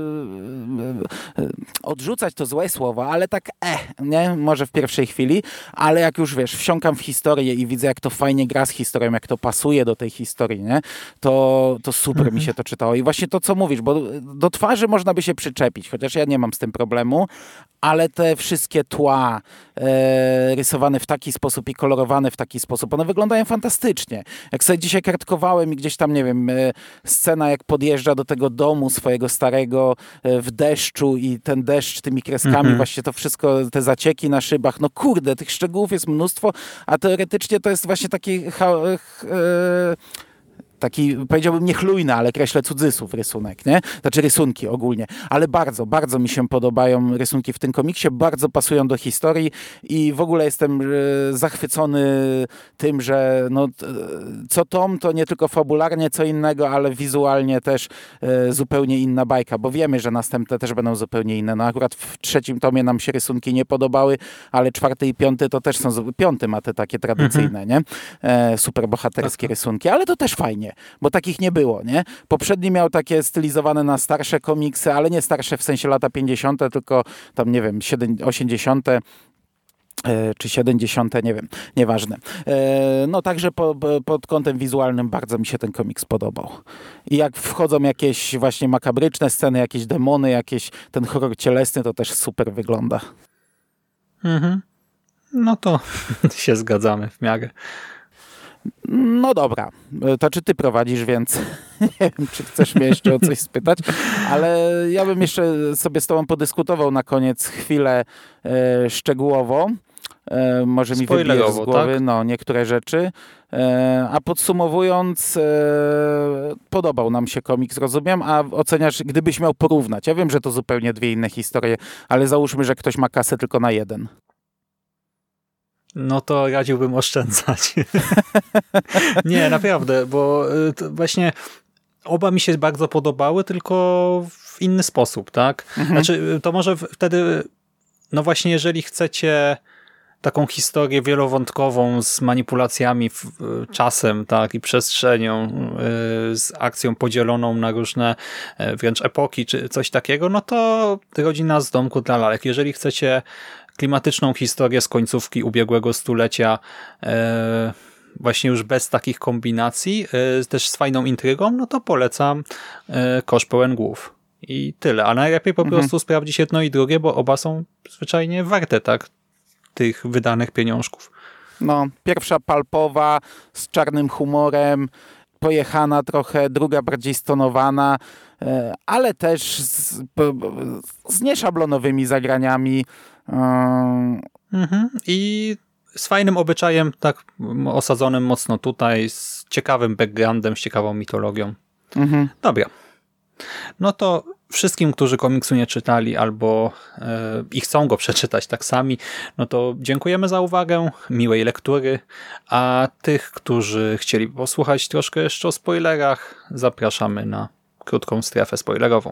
S2: odrzucać to złe słowa, ale tak nie? Może w pierwszej chwili, ale jak już wiesz, wsiąkam w historię i widzę, jak to fajnie gra z historią, jak to pasuje do tej historii, nie? To super mi się to czytało. I właśnie to, co mówisz, bo do twarzy można by się przyczepić, chociaż ja nie mam z tym problemu, ale te wszystkie tła rysowane w taki sposób i kolorowane w taki sposób, one wyglądają fantastycznie. Jak sobie dzisiaj kartkowałem i gdzieś tam, nie wiem, scena jak podjeżdża do tego domu swojego starego w deszczu i ten deszcz tymi kreskami, właśnie to wszystko, te zacieki na szybach, no kurde, tych szczegółów jest mnóstwo, a teoretycznie to jest właśnie taki, powiedziałbym, niechlujny, ale kreślę cudzysłów rysunek, nie? Znaczy rysunki ogólnie. Ale bardzo, bardzo mi się podobają rysunki w tym komiksie, bardzo pasują do historii i w ogóle jestem zachwycony tym, że no, co tom to nie tylko fabularnie co innego, ale wizualnie też zupełnie inna bajka, bo wiemy, że następne też będą zupełnie inne. No akurat w trzecim tomie nam się rysunki nie podobały, ale czwarty i piąty to też są, piąty ma te takie tradycyjne, nie? Superbohaterskie rysunki, ale to też fajnie. Bo takich nie było, nie? Poprzedni miał takie stylizowane na starsze komiksy, ale nie starsze w sensie lata 50., tylko tam, nie wiem, 80., czy 70., nie wiem, nieważne. No także pod kątem wizualnym bardzo mi się ten komiks podobał. I jak wchodzą jakieś właśnie makabryczne sceny, jakieś demony, ten horror cielesny, to też super wygląda.
S3: No to się zgadzamy w miarę.
S2: No dobra, to czy ty prowadzisz, więc nie wiem, czy chcesz mnie jeszcze o coś spytać, ale ja bym jeszcze sobie z tobą podyskutował na koniec chwilę szczegółowo. Może mi wybijesz z głowy, tak? No, niektóre rzeczy. A podsumowując, podobał nam się komiks, rozumiem, a oceniasz, gdybyś miał porównać. Ja wiem, że to zupełnie dwie inne historie, ale załóżmy, że ktoś ma kasę tylko na jeden.
S3: No to radziłbym oszczędzać. Nie, naprawdę, bo właśnie oba mi się bardzo podobały, tylko w inny sposób, tak? Znaczy, to może wtedy, no właśnie, jeżeli chcecie taką historię wielowątkową z manipulacjami czasem, tak, i przestrzenią, z akcją podzieloną na różne wręcz epoki, czy coś takiego, no to Rodzina z domku dla lalek. Jeżeli chcecie klimatyczną historię z końcówki ubiegłego stulecia, właśnie już bez takich kombinacji, też z fajną intrygą, no to polecam Kosz pełen głów. I tyle. A najlepiej po prostu sprawdzić jedno i drugie, bo oba są zwyczajnie warte, tak, tych wydanych pieniążków.
S2: No, pierwsza palpowa, z czarnym humorem, pojechana trochę, druga bardziej stonowana, ale też z nieszablonowymi zagraniami.
S3: I z fajnym obyczajem, tak osadzonym mocno tutaj, z ciekawym backgroundem, z ciekawą mitologią. Dobra. No to wszystkim, którzy komiksu nie czytali albo i chcą go przeczytać tak sami, no to dziękujemy za uwagę, miłej lektury, a tych, którzy chcieli posłuchać troszkę jeszcze o spoilerach, zapraszamy na krótką strefę spoilerową.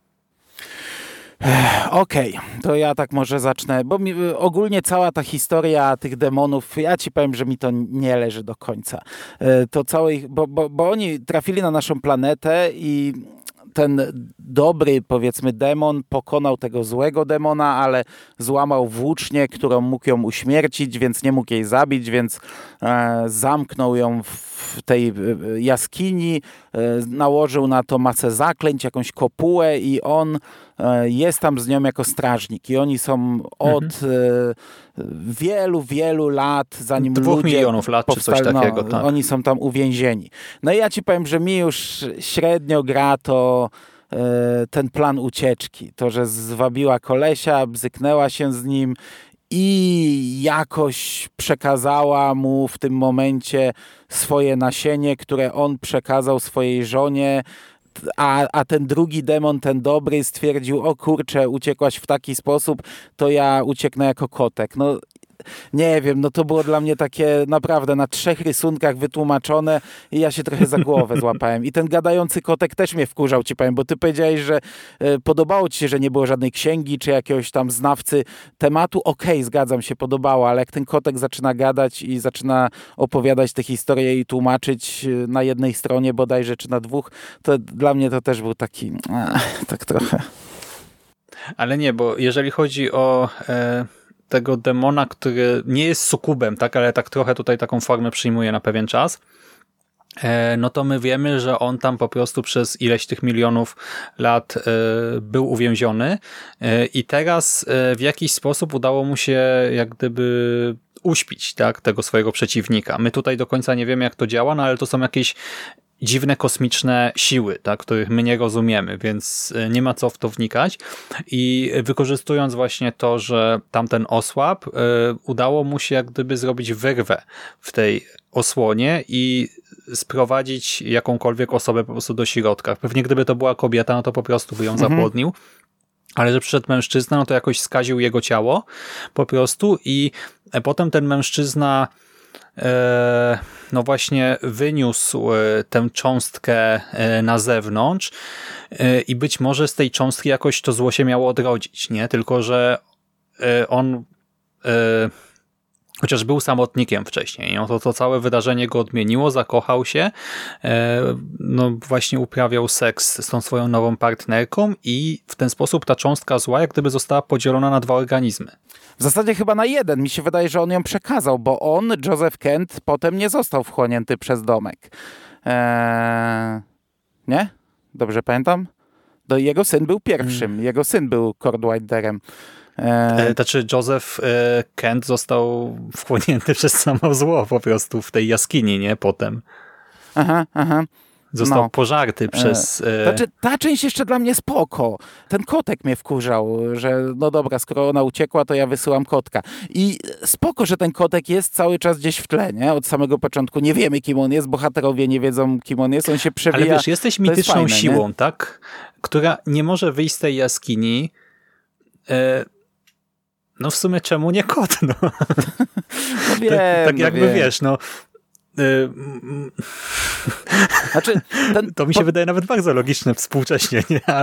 S2: Okej, to ja tak może zacznę, bo ogólnie cała ta historia tych demonów, ja ci powiem, że mi to nie leży do końca. To bo oni trafili na naszą planetę i ten dobry, powiedzmy, demon pokonał tego złego demona, ale złamał włócznię, którą mógł ją uśmiercić, więc nie mógł jej zabić, więc zamknął ją w tej jaskini, nałożył na to masę zaklęć, jakąś kopułę i on jest tam z nią jako strażnik. I oni są od wielu, wielu lat, zanim
S3: 2
S2: ludzie
S3: milionów lat czy coś takiego. Tak.
S2: Oni są tam uwięzieni. No i ja ci powiem, że mi już średnio gra to ten plan ucieczki. To, że zwabiła kolesia, bzyknęła się z nim i jakoś przekazała mu w tym momencie swoje nasienie, które on przekazał swojej żonie, a ten drugi demon, ten dobry, stwierdził: o kurczę, uciekłaś w taki sposób, to ja ucieknę jako kotek. No nie wiem, no to było dla mnie takie naprawdę na 3 rysunkach wytłumaczone i ja się trochę za głowę złapałem. I ten gadający kotek też mnie wkurzał, ci powiem, bo ty powiedziałeś, że podobało ci się, że nie było żadnej księgi czy jakiegoś tam znawcy tematu. Okej, zgadzam się, podobało, ale jak ten kotek zaczyna gadać i zaczyna opowiadać tę historię i tłumaczyć na jednej stronie bodajże, czy na 2, to dla mnie to też był taki tak trochę.
S3: Ale nie, bo jeżeli chodzi o tego demona, który nie jest sukubem, tak, ale tak trochę tutaj taką formę przyjmuje na pewien czas, no to my wiemy, że on tam po prostu przez ileś tych milionów lat był uwięziony i teraz w jakiś sposób udało mu się jak gdyby uśpić, tak, tego swojego przeciwnika. My tutaj do końca nie wiemy, jak to działa, no ale to są jakieś dziwne kosmiczne siły, tak, których my nie rozumiemy, więc nie ma co w to wnikać. I wykorzystując właśnie to, że tamten osłab, udało mu się jak gdyby zrobić wyrwę w tej osłonie i sprowadzić jakąkolwiek osobę po prostu do środka. Pewnie gdyby to była kobieta, no to po prostu by ją zapłodnił. Ale że przyszedł mężczyzna, no to jakoś skaził jego ciało po prostu i potem ten mężczyzna no właśnie wyniósł tę cząstkę na zewnątrz i być może z tej cząstki jakoś to zło się miało odrodzić, nie? Tylko że on chociaż był samotnikiem wcześniej, no to całe wydarzenie go odmieniło, zakochał się, no właśnie uprawiał seks z tą swoją nową partnerką i w ten sposób ta cząstka zła jak gdyby została podzielona na 2 organizmy.
S2: W zasadzie chyba na 1. Mi się wydaje, że on ją przekazał, bo on, Joseph Kent, potem nie został wchłonięty przez domek. Nie? Dobrze pamiętam? Jego syn był pierwszym. Jego syn był Cordwinderem.
S3: Znaczy Joseph Kent został wchłonięty przez samo zło po prostu w tej jaskini, nie? Potem.
S2: Aha.
S3: Został pożarty przez...
S2: Znaczy, ta część jeszcze dla mnie spoko. Ten kotek mnie wkurzał, że no dobra, skoro ona uciekła, to ja wysyłam kotka. I spoko, że ten kotek jest cały czas gdzieś w tle, nie? Od samego początku. Nie wiemy, kim on jest, bohaterowie nie wiedzą, kim on jest, on się przewija.
S3: Ale wiesz, jesteś mityczną
S2: fajne,
S3: siłą,
S2: nie?
S3: tak? Która nie może wyjść z tej jaskini. No w sumie czemu nie kot, no?
S2: No wiem,
S3: tak jakby
S2: wiem.
S3: wiesz, no...
S2: Znaczy,
S3: to mi się wydaje nawet bardzo logiczne współcześnie. Nie? A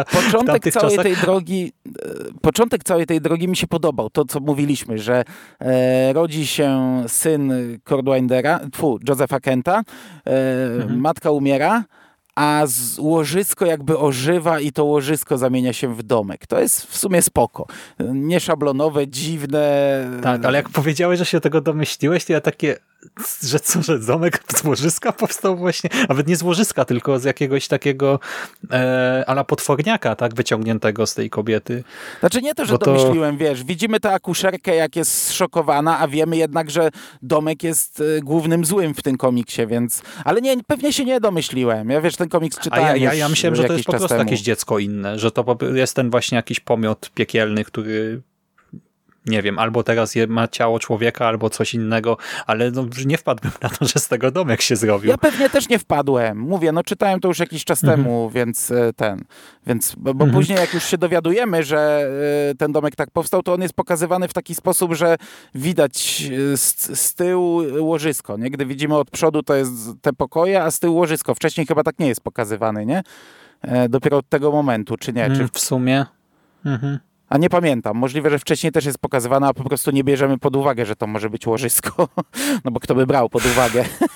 S2: początek całej tej drogi mi się podobał. To, co mówiliśmy, że rodzi się syn Josepha Kenta, matka umiera, a łożysko jakby ożywa i to łożysko zamienia się w domek. To jest w sumie spoko. Nieszablonowe, dziwne.
S3: Tak, ale jak powiedziałeś, że się tego domyśliłeś, to ja takie, że domek z łożyska powstał właśnie, nawet nie z łożyska, tylko z jakiegoś takiego a la potworniaka, tak, wyciągniętego z tej kobiety.
S2: Znaczy nie to, że domyśliłem, wiesz, widzimy tę akuszerkę, jak jest zszokowana, a wiemy jednak, że domek jest głównym złym w tym komiksie, więc, ale nie, pewnie się nie domyśliłem. Ja wiesz, ten komiks czytałem
S3: ja myślałem, że to jest po prostu
S2: temu.
S3: Jakieś dziecko inne, że to jest ten właśnie jakiś pomiot piekielny, który nie wiem, albo teraz ma ciało człowieka, albo coś innego, ale no, nie wpadłbym na to, że z tego domek się zrobił.
S2: Ja pewnie też nie wpadłem. Mówię, no czytałem to już jakiś czas temu, więc bo później jak już się dowiadujemy, że ten domek tak powstał, to on jest pokazywany w taki sposób, że widać z tyłu łożysko, nie? Gdy widzimy od przodu, to jest te pokoje, a z tyłu łożysko. Wcześniej chyba tak nie jest pokazywany, nie? Dopiero od tego momentu, czy nie?
S3: W sumie.
S2: A nie pamiętam. Możliwe, że wcześniej też jest pokazywane, a po prostu nie bierzemy pod uwagę, że to może być łożysko. No bo kto by brał pod uwagę.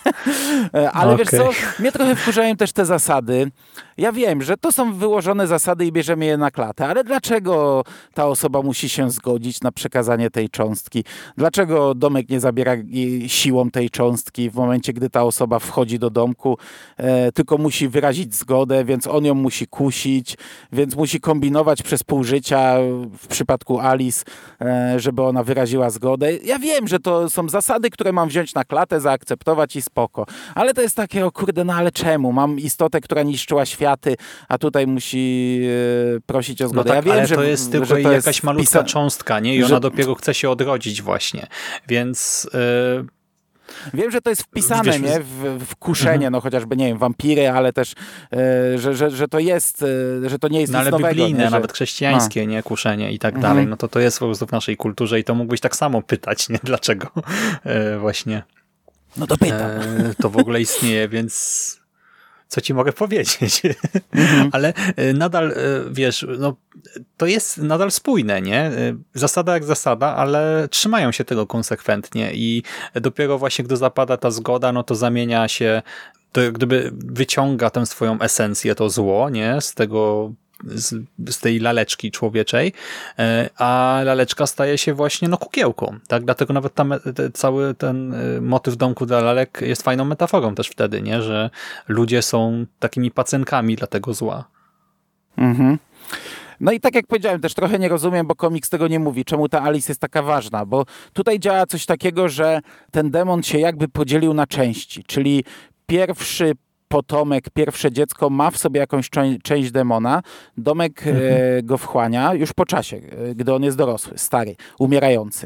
S2: Ale wiesz co, mnie trochę wkurzają też te zasady. Ja wiem, że to są wyłożone zasady i bierzemy je na klatę, ale dlaczego ta osoba musi się zgodzić na przekazanie tej cząstki? Dlaczego domek nie zabiera siłą tej cząstki w momencie, gdy ta osoba wchodzi do domku, tylko musi wyrazić zgodę, więc on ją musi kusić, więc musi kombinować przez pół życia w przypadku Alice, żeby ona wyraziła zgodę. Ja wiem, że to są zasady, które mam wziąć na klatę, zaakceptować i spoko. Ale to jest takie, o kurde, no ale czemu? Mam istotę, która niszczyła światy, a tutaj musi prosić o zgodę.
S3: No tak,
S2: ja wiem,
S3: ale
S2: że
S3: to jest tylko jakaś malutka cząstka, nie? I ona dopiero chce się odrodzić właśnie. Więc...
S2: Wiem, że to jest wpisane, nie? W kuszenie, no chociażby, nie wiem, wampiry, ale też, że to jest, że to nie jest nic
S3: ale
S2: nowego.
S3: biblijne,
S2: nie?
S3: nawet chrześcijańskie, nie? Kuszenie i tak dalej. No to jest po prostu w naszej kulturze i to mógłbyś tak samo pytać, nie? Dlaczego właśnie
S2: no to pytam.
S3: To w ogóle istnieje, więc co ci mogę powiedzieć? Ale nadal, wiesz, no to jest nadal spójne, nie? Zasada jak zasada, ale trzymają się tego konsekwentnie i dopiero właśnie, gdy zapada ta zgoda, no to zamienia się, to jak gdyby wyciąga tę swoją esencję, to zło, nie? Z tego z tej laleczki człowieczej, a laleczka staje się właśnie kukiełką. Tak? Dlatego nawet cały ten motyw domku dla lalek jest fajną metaforą też wtedy, nie? Że ludzie są takimi pacynkami dla tego zła.
S2: Mhm. No i tak jak powiedziałem, też trochę nie rozumiem, bo komiks tego nie mówi, czemu ta Alice jest taka ważna, bo tutaj działa coś takiego, że ten demon się jakby podzielił na części, czyli pierwszy potomek, pierwsze dziecko ma w sobie jakąś część demona, domek go wchłania już po czasie, gdy on jest dorosły, stary, umierający.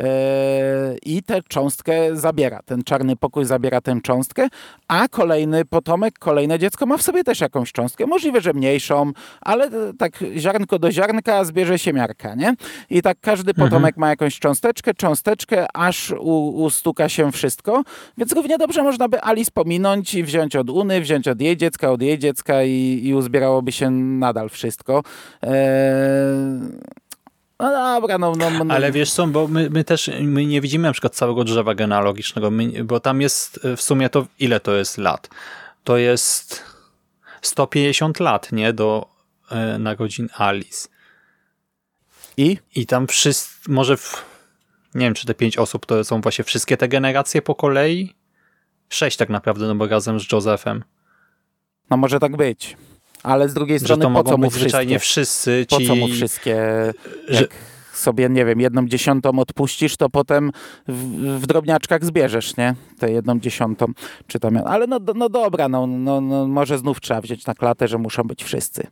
S2: I tę cząstkę zabiera. Ten czarny pokój zabiera tę cząstkę, a kolejny potomek, kolejne dziecko ma w sobie też jakąś cząstkę. Możliwe, że mniejszą, ale tak ziarnko do ziarnka zbierze się miarka, nie? I tak każdy potomek ma jakąś cząsteczkę, aż ustuka się wszystko, więc równie dobrze można by Alice pominąć i wziąć od Uny, wziąć od jej dziecka i uzbierałoby się nadal wszystko. No dobra, no.
S3: Ale wiesz co, bo my nie widzimy na przykład całego drzewa genealogicznego, bo tam jest w sumie to, ile to jest lat? To jest 150 lat, nie? Do narodzin Alice. I tam może nie wiem, czy te 5 osób to są właśnie wszystkie te generacje po kolei? 6 tak naprawdę, no bo razem z Josephem.
S2: No może tak być. Ale z drugiej strony,
S3: po co mu zwyczajnie wszyscy
S2: ci... Po co mu wszystkie... Jak sobie, nie wiem, 1/10 odpuścisz, to potem w drobniaczkach zbierzesz, nie? Tę 1/10. Czy tam... Ale no dobra, no może znów trzeba wziąć na klatę, że muszą być wszyscy.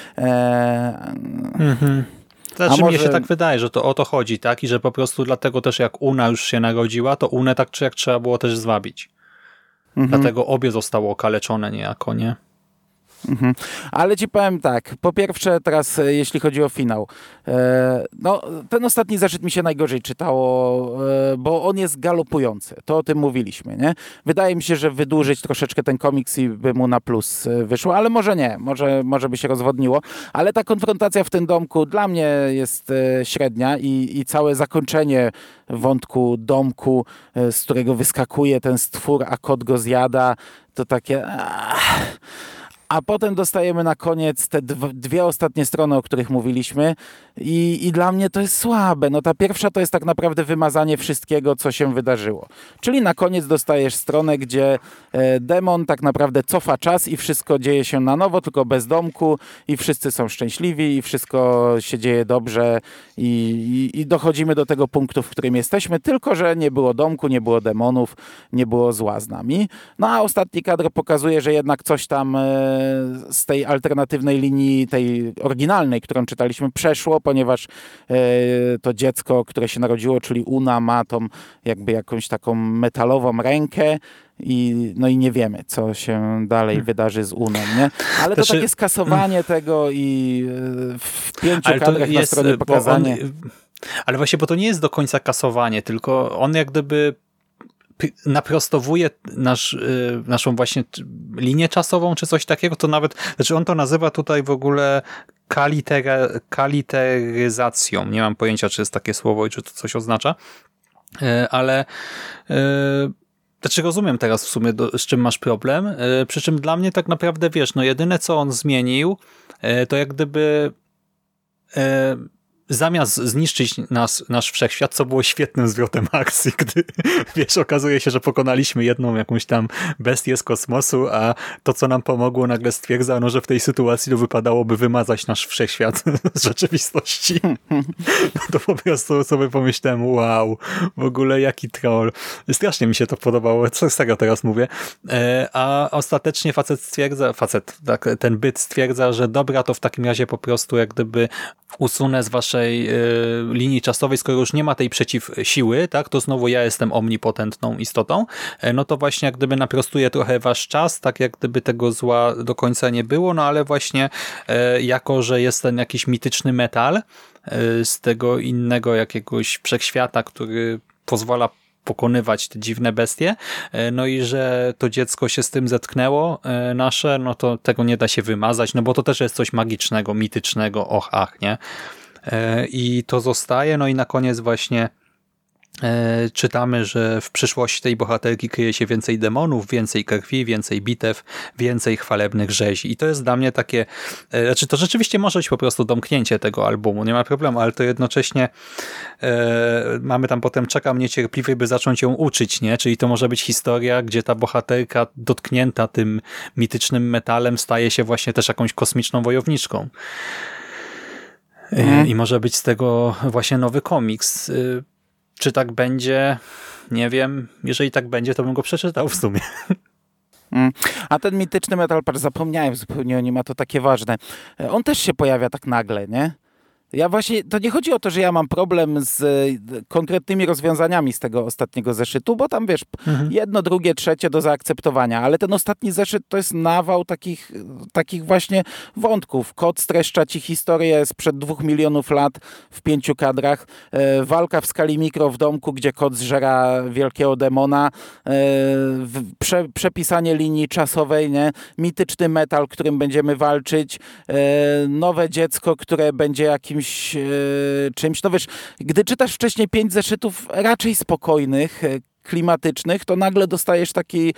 S3: Znaczy mnie się tak wydaje, że to o to chodzi, tak? I że po prostu dlatego też jak Una już się narodziła, to Unę tak czy jak trzeba było też zwabić. Dlatego obie zostało okaleczone niejako, nie?
S2: Ale ci powiem tak, po pierwsze teraz jeśli chodzi o finał, no ten ostatni zeszyt mi się najgorzej czytało, bo on jest galopujący, to o tym mówiliśmy, nie? Wydaje mi się, że wydłużyć troszeczkę ten komiks i by mu na plus wyszło, ale może nie, może by się rozwodniło, ale ta konfrontacja w tym domku dla mnie jest średnia i całe zakończenie wątku domku, z którego wyskakuje ten stwór, a kot go zjada, to takie... A potem dostajemy na koniec te dwie ostatnie strony, o których mówiliśmy i dla mnie to jest słabe. No ta pierwsza to jest tak naprawdę wymazanie wszystkiego, co się wydarzyło. Czyli na koniec dostajesz stronę, gdzie demon tak naprawdę cofa czas i wszystko dzieje się na nowo, tylko bez domku i wszyscy są szczęśliwi i wszystko się dzieje dobrze i dochodzimy do tego punktu, w którym jesteśmy, tylko że nie było domku, nie było demonów, nie było zła z nami. No a ostatni kadr pokazuje, że jednak coś tam z tej alternatywnej linii, tej oryginalnej, którą czytaliśmy, przeszło, ponieważ to dziecko, które się narodziło, czyli Una, ma tą jakby jakąś taką metalową rękę i nie wiemy, co się dalej wydarzy z Uną, nie? Ale to takie skasowanie tego i w 5 kadrach na stronie pokazanie.
S3: Ale właśnie, bo to nie jest do końca kasowanie, tylko on jak gdyby naprostowuje naszą właśnie linię czasową, czy coś takiego, to nawet, znaczy on to nazywa tutaj w ogóle kaliteryzacją. Nie mam pojęcia, czy jest takie słowo i czy to coś oznacza, ale Znaczy rozumiem teraz w sumie, z czym masz problem, przy czym dla mnie tak naprawdę, wiesz, no jedyne co on zmienił, to jak gdyby zamiast zniszczyć nasz wszechświat, co było świetnym zwrotem akcji, gdy, wiesz, okazuje się, że pokonaliśmy jedną jakąś tam bestię z kosmosu, a to, co nam pomogło, nagle stwierdzano, że w tej sytuacji to wypadałoby wymazać nasz wszechświat z rzeczywistości. No to po prostu sobie pomyślałem, wow, w ogóle jaki troll. Strasznie mi się to podobało, co z tego teraz mówię. A ostatecznie ten byt stwierdza, że dobra, to w takim razie po prostu jak gdyby usunę z waszej linii czasowej, skoro już nie ma tej przeciwsiły, tak, to znowu ja jestem omnipotentną istotą, no to właśnie jak gdyby naprostuję trochę wasz czas, tak jak gdyby tego zła do końca nie było, no ale właśnie jako, że jest ten jakiś mityczny metal z tego innego jakiegoś wszechświata, który pozwala pokonywać te dziwne bestie, no i że to dziecko się z tym zetknęło nasze, no to tego nie da się wymazać, no bo to też jest coś magicznego, mitycznego, och, ach, nie? I to zostaje, no i na koniec właśnie czytamy, że w przyszłości tej bohaterki kryje się więcej demonów, więcej krwi, więcej bitew, więcej chwalebnych rzezi. I to jest dla mnie takie, znaczy to rzeczywiście może być po prostu domknięcie tego albumu, nie ma problemu, ale to jednocześnie mamy tam potem czekam niecierpliwie, by zacząć ją uczyć, nie? Czyli to może być historia, gdzie ta bohaterka dotknięta tym mitycznym metalem staje się właśnie też jakąś kosmiczną wojowniczką. I może być z tego właśnie nowy komiks. Czy tak będzie? Nie wiem. Jeżeli tak będzie, to bym go przeczytał w sumie.
S2: A ten mityczny metal, zapomniałem zupełnie o nim, a to takie ważne. On też się pojawia tak nagle, nie? Ja właśnie, to nie chodzi o to, że ja mam problem z konkretnymi rozwiązaniami z tego ostatniego zeszytu, bo tam wiesz, jedno, drugie, trzecie do zaakceptowania, ale ten ostatni zeszyt to jest nawał takich właśnie wątków. Kot streszcza ci historię sprzed 2 milionów lat w 5 kadrach, walka w skali mikro w domku, gdzie kot zżera wielkiego demona, przepisanie linii czasowej, nie? Mityczny metal, którym będziemy walczyć, nowe dziecko, które będzie jakimś czymś. No wiesz, gdy czytasz wcześniej 5 zeszytów raczej spokojnych, klimatycznych, to nagle dostajesz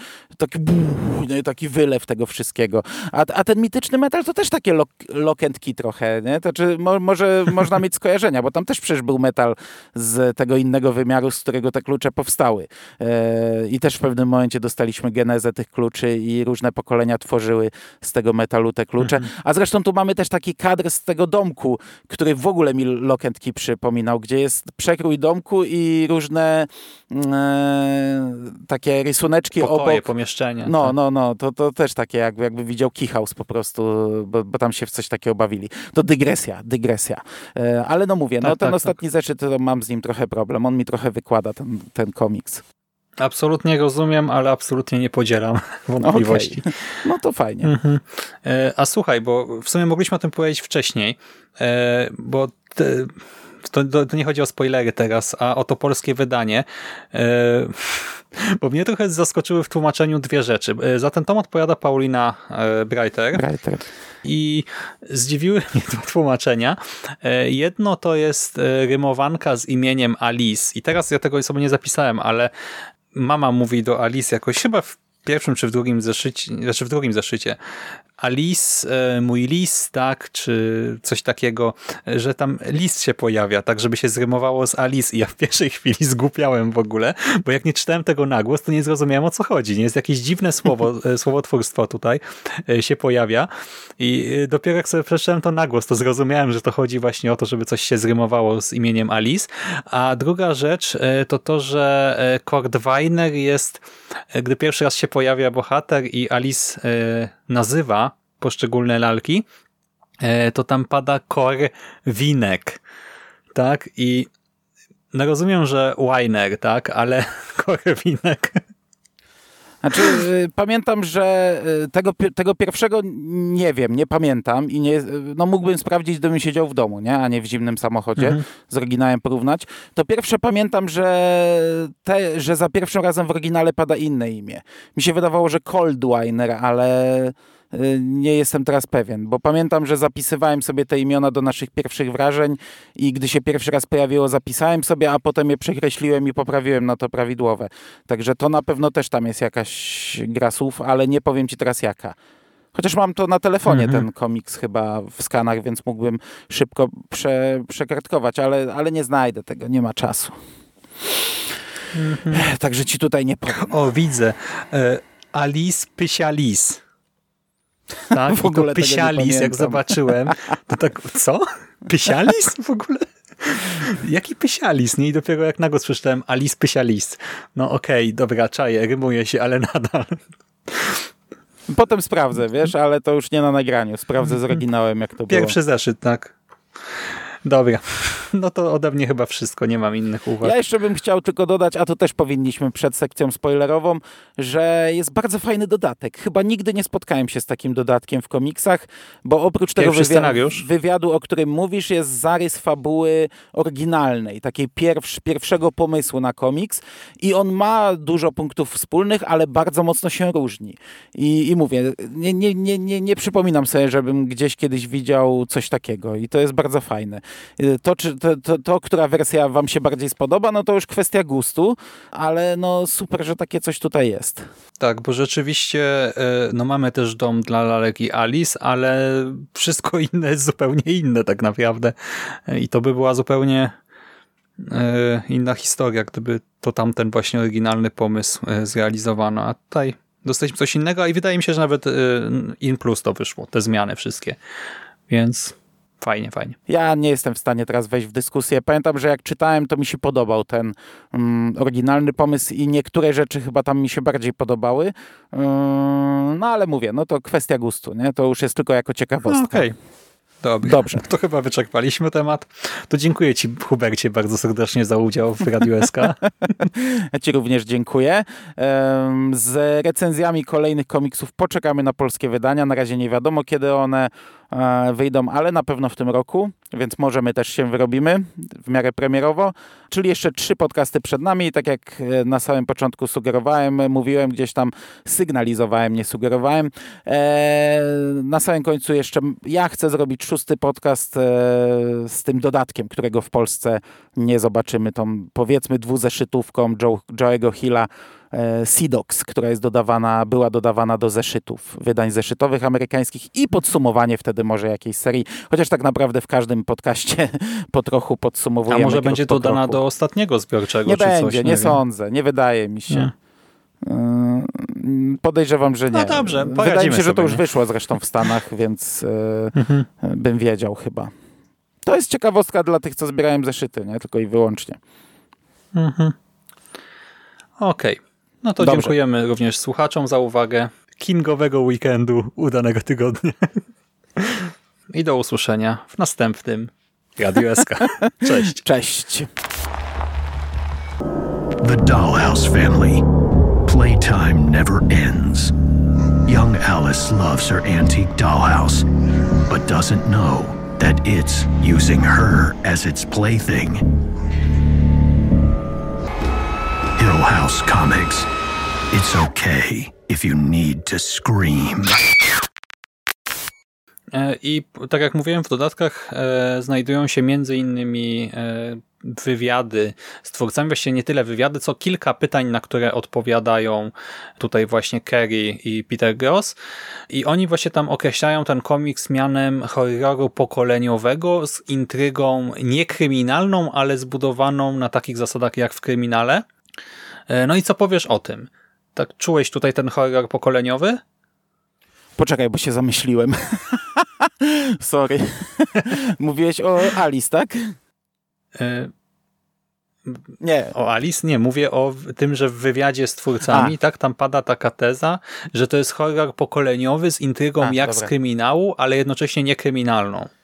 S2: taki wylew tego wszystkiego. A ten mityczny metal to też takie lock and key trochę, nie? To znaczy, może można mieć skojarzenia, bo tam też przecież był metal z tego innego wymiaru, z którego te klucze powstały. I też w pewnym momencie dostaliśmy genezę tych kluczy i różne pokolenia tworzyły z tego metalu te klucze. A zresztą tu mamy też taki kadr z tego domku, który w ogóle mi lock and key przypominał, gdzie jest przekrój domku i różne takie rysuneczki
S3: pokoje,
S2: obok.
S3: Pomieszczenia.
S2: No, to też takie jakby widział Key House po prostu, bo tam się w coś takiego bawili. To dygresja. Ale no mówię, ten ostatni zeszyt, to mam z nim trochę problem. On mi trochę wykłada ten komiks.
S3: Absolutnie rozumiem, ale absolutnie nie podzielam wątpliwości.
S2: Okay. No to fajnie.
S3: A słuchaj, bo w sumie mogliśmy o tym powiedzieć wcześniej, bo to nie chodzi o spoilery teraz, a o to polskie wydanie. Bo mnie trochę zaskoczyły w tłumaczeniu 2 rzeczy. Za ten tom odpowiada Paulina Breiter. I zdziwiły mnie 2 tłumaczenia. Jedno to jest rymowanka z imieniem Alice. I teraz ja tego sobie nie zapisałem, ale mama mówi do Alice jakoś chyba w pierwszym czy w drugim zeszycie, znaczy w drugim zeszycie. Alice, mój list, tak, czy coś takiego, że tam list się pojawia, tak, żeby się zrymowało z Alice i ja w pierwszej chwili zgłupiałem w ogóle, bo jak nie czytałem tego na głos, to nie zrozumiałem, o co chodzi. Nie jest jakieś dziwne słowotwórstwo tutaj się pojawia i dopiero jak sobie przeczytałem to na głos, to zrozumiałem, że to chodzi właśnie o to, żeby coś się zrymowało z imieniem Alice. A druga rzecz to, że Kurt Weiner jest, gdy pierwszy raz się pojawia bohater i Alice nazywa poszczególne lalki, to tam pada Korwinek, tak? I no rozumiem, że Weiner, tak? Ale Korwinek.
S2: Znaczy, pamiętam, że tego pierwszego nie pamiętam i mógłbym sprawdzić, gdybym siedział w domu, nie? A nie w zimnym samochodzie, z oryginałem porównać. To pierwsze pamiętam, że za pierwszym razem w oryginale pada inne imię. Mi się wydawało, że Cold Weiner, ale Nie jestem teraz pewien, bo pamiętam, że zapisywałem sobie te imiona do naszych pierwszych wrażeń i gdy się pierwszy raz pojawiło, zapisałem sobie, a potem je przekreśliłem i poprawiłem na to prawidłowe. Także to na pewno też tam jest jakaś gra słów, ale nie powiem ci teraz jaka. Chociaż mam to na telefonie, ten komiks chyba w skanach, więc mógłbym szybko przekartkować, ale nie znajdę tego, nie ma czasu. Także ci tutaj nie powiem.
S3: O, widzę. Alice Pysialis. Tak,
S2: w ogóle
S3: Pysialis, jak zobaczyłem, to tak, co? Pysialis w ogóle? Jaki Pysialis? Nie, i dopiero jak na głos przeczytałem Alice Pysialis. No okej, dobra, czaję, rymuje się, ale nadal.
S2: Potem sprawdzę, wiesz, ale to już nie na nagraniu. Sprawdzę z oryginałem, jak to było.
S3: Pierwszy zeszyt, tak. Dobra, no to ode mnie chyba wszystko, nie mam innych uwag.
S2: Ja jeszcze bym chciał tylko dodać, a to też powinniśmy przed sekcją spoilerową, że jest bardzo fajny dodatek. Chyba nigdy nie spotkałem się z takim dodatkiem w komiksach, bo oprócz tego wywiadu, o którym mówisz, jest zarys fabuły oryginalnej, takiej pierwszego pomysłu na komiks i on ma dużo punktów wspólnych, ale bardzo mocno się różni. I mówię, nie przypominam sobie, żebym gdzieś kiedyś widział coś takiego i to jest bardzo fajne. To, która wersja wam się bardziej spodoba, no to już kwestia gustu, ale no super, że takie coś tutaj jest.
S3: Tak, bo rzeczywiście no mamy też dom dla Lalek i Alice, ale wszystko inne jest zupełnie inne tak naprawdę i to by była zupełnie inna historia, gdyby to tamten właśnie oryginalny pomysł zrealizowano, a tutaj dostaliśmy coś innego i wydaje mi się, że nawet in plus to wyszło, te zmiany wszystkie, więc fajnie.
S2: Ja nie jestem w stanie teraz wejść w dyskusję. Pamiętam, że jak czytałem, to mi się podobał ten oryginalny pomysł i niektóre rzeczy chyba tam mi się bardziej podobały. No ale mówię, no to kwestia gustu, nie? To już jest tylko jako ciekawostka.
S3: Okej. Dobrze. To chyba wyczerpaliśmy temat. To dziękuję ci, Hubercie, bardzo serdecznie za udział w Radiu SK.
S2: Ja ci również dziękuję. Z recenzjami kolejnych komiksów poczekamy na polskie wydania. Na razie nie wiadomo, kiedy one wyjdą, ale na pewno w tym roku, więc może my też się wyrobimy w miarę premierowo. Czyli jeszcze 3 podcasty przed nami i tak jak na samym początku sugerowałem, mówiłem gdzieś tam, sygnalizowałem, nie sugerowałem. Na samym końcu jeszcze ja chcę zrobić 6. podcast z tym dodatkiem, którego w Polsce nie zobaczymy, tą powiedzmy 2-zeszytówką Joe'ego Hilla, Seedox, która jest była dodawana do zeszytów, wydań zeszytowych amerykańskich i podsumowanie wtedy może jakiejś serii, chociaż tak naprawdę w każdym podcaście po trochu podsumowujemy.
S3: A może będzie dodana do ostatniego zbiorczego?
S2: Nie
S3: czy
S2: będzie,
S3: coś,
S2: nie sądzę, nie wydaje mi się. Podejrzewam, że nie.
S3: No dobrze,
S2: wydaje mi się, że to już
S3: nie?
S2: wyszło zresztą w Stanach, więc bym wiedział chyba. To jest ciekawostka dla tych, co zbierają zeszyty, nie? Tylko i wyłącznie.
S3: Okej. No to
S2: Dobrze.
S3: Dziękujemy również słuchaczom za uwagę. Kingowego weekendu, udanego tygodnia. I do usłyszenia w następnym Radiu SK. Cześć.
S2: Cześć.
S1: The Dollhouse Family. Playtime never ends. Young Alice loves her antique dollhouse, but doesn't know that it's using her as its plaything. Hill House Comics. It's okay if you need to scream.
S3: I tak jak mówiłem, w dodatkach znajdują się między innymi wywiady z twórcami, właściwie nie tyle wywiady, co kilka pytań, na które odpowiadają tutaj właśnie Kerry i Peter Gross. I oni właśnie tam określają ten komiks mianem horroru pokoleniowego z intrygą nie kryminalną, ale zbudowaną na takich zasadach jak w Kryminale. No i co powiesz o tym? Tak czułeś tutaj ten horror pokoleniowy?
S2: Poczekaj, bo się zamyśliłem. Sorry. Mówiłeś o Alice, tak? Nie.
S3: O Alice? Nie, mówię o tym, że w wywiadzie z twórcami, tak, tam pada taka teza, że to jest horror pokoleniowy z intrygą jak z kryminału, ale jednocześnie nie kryminalną.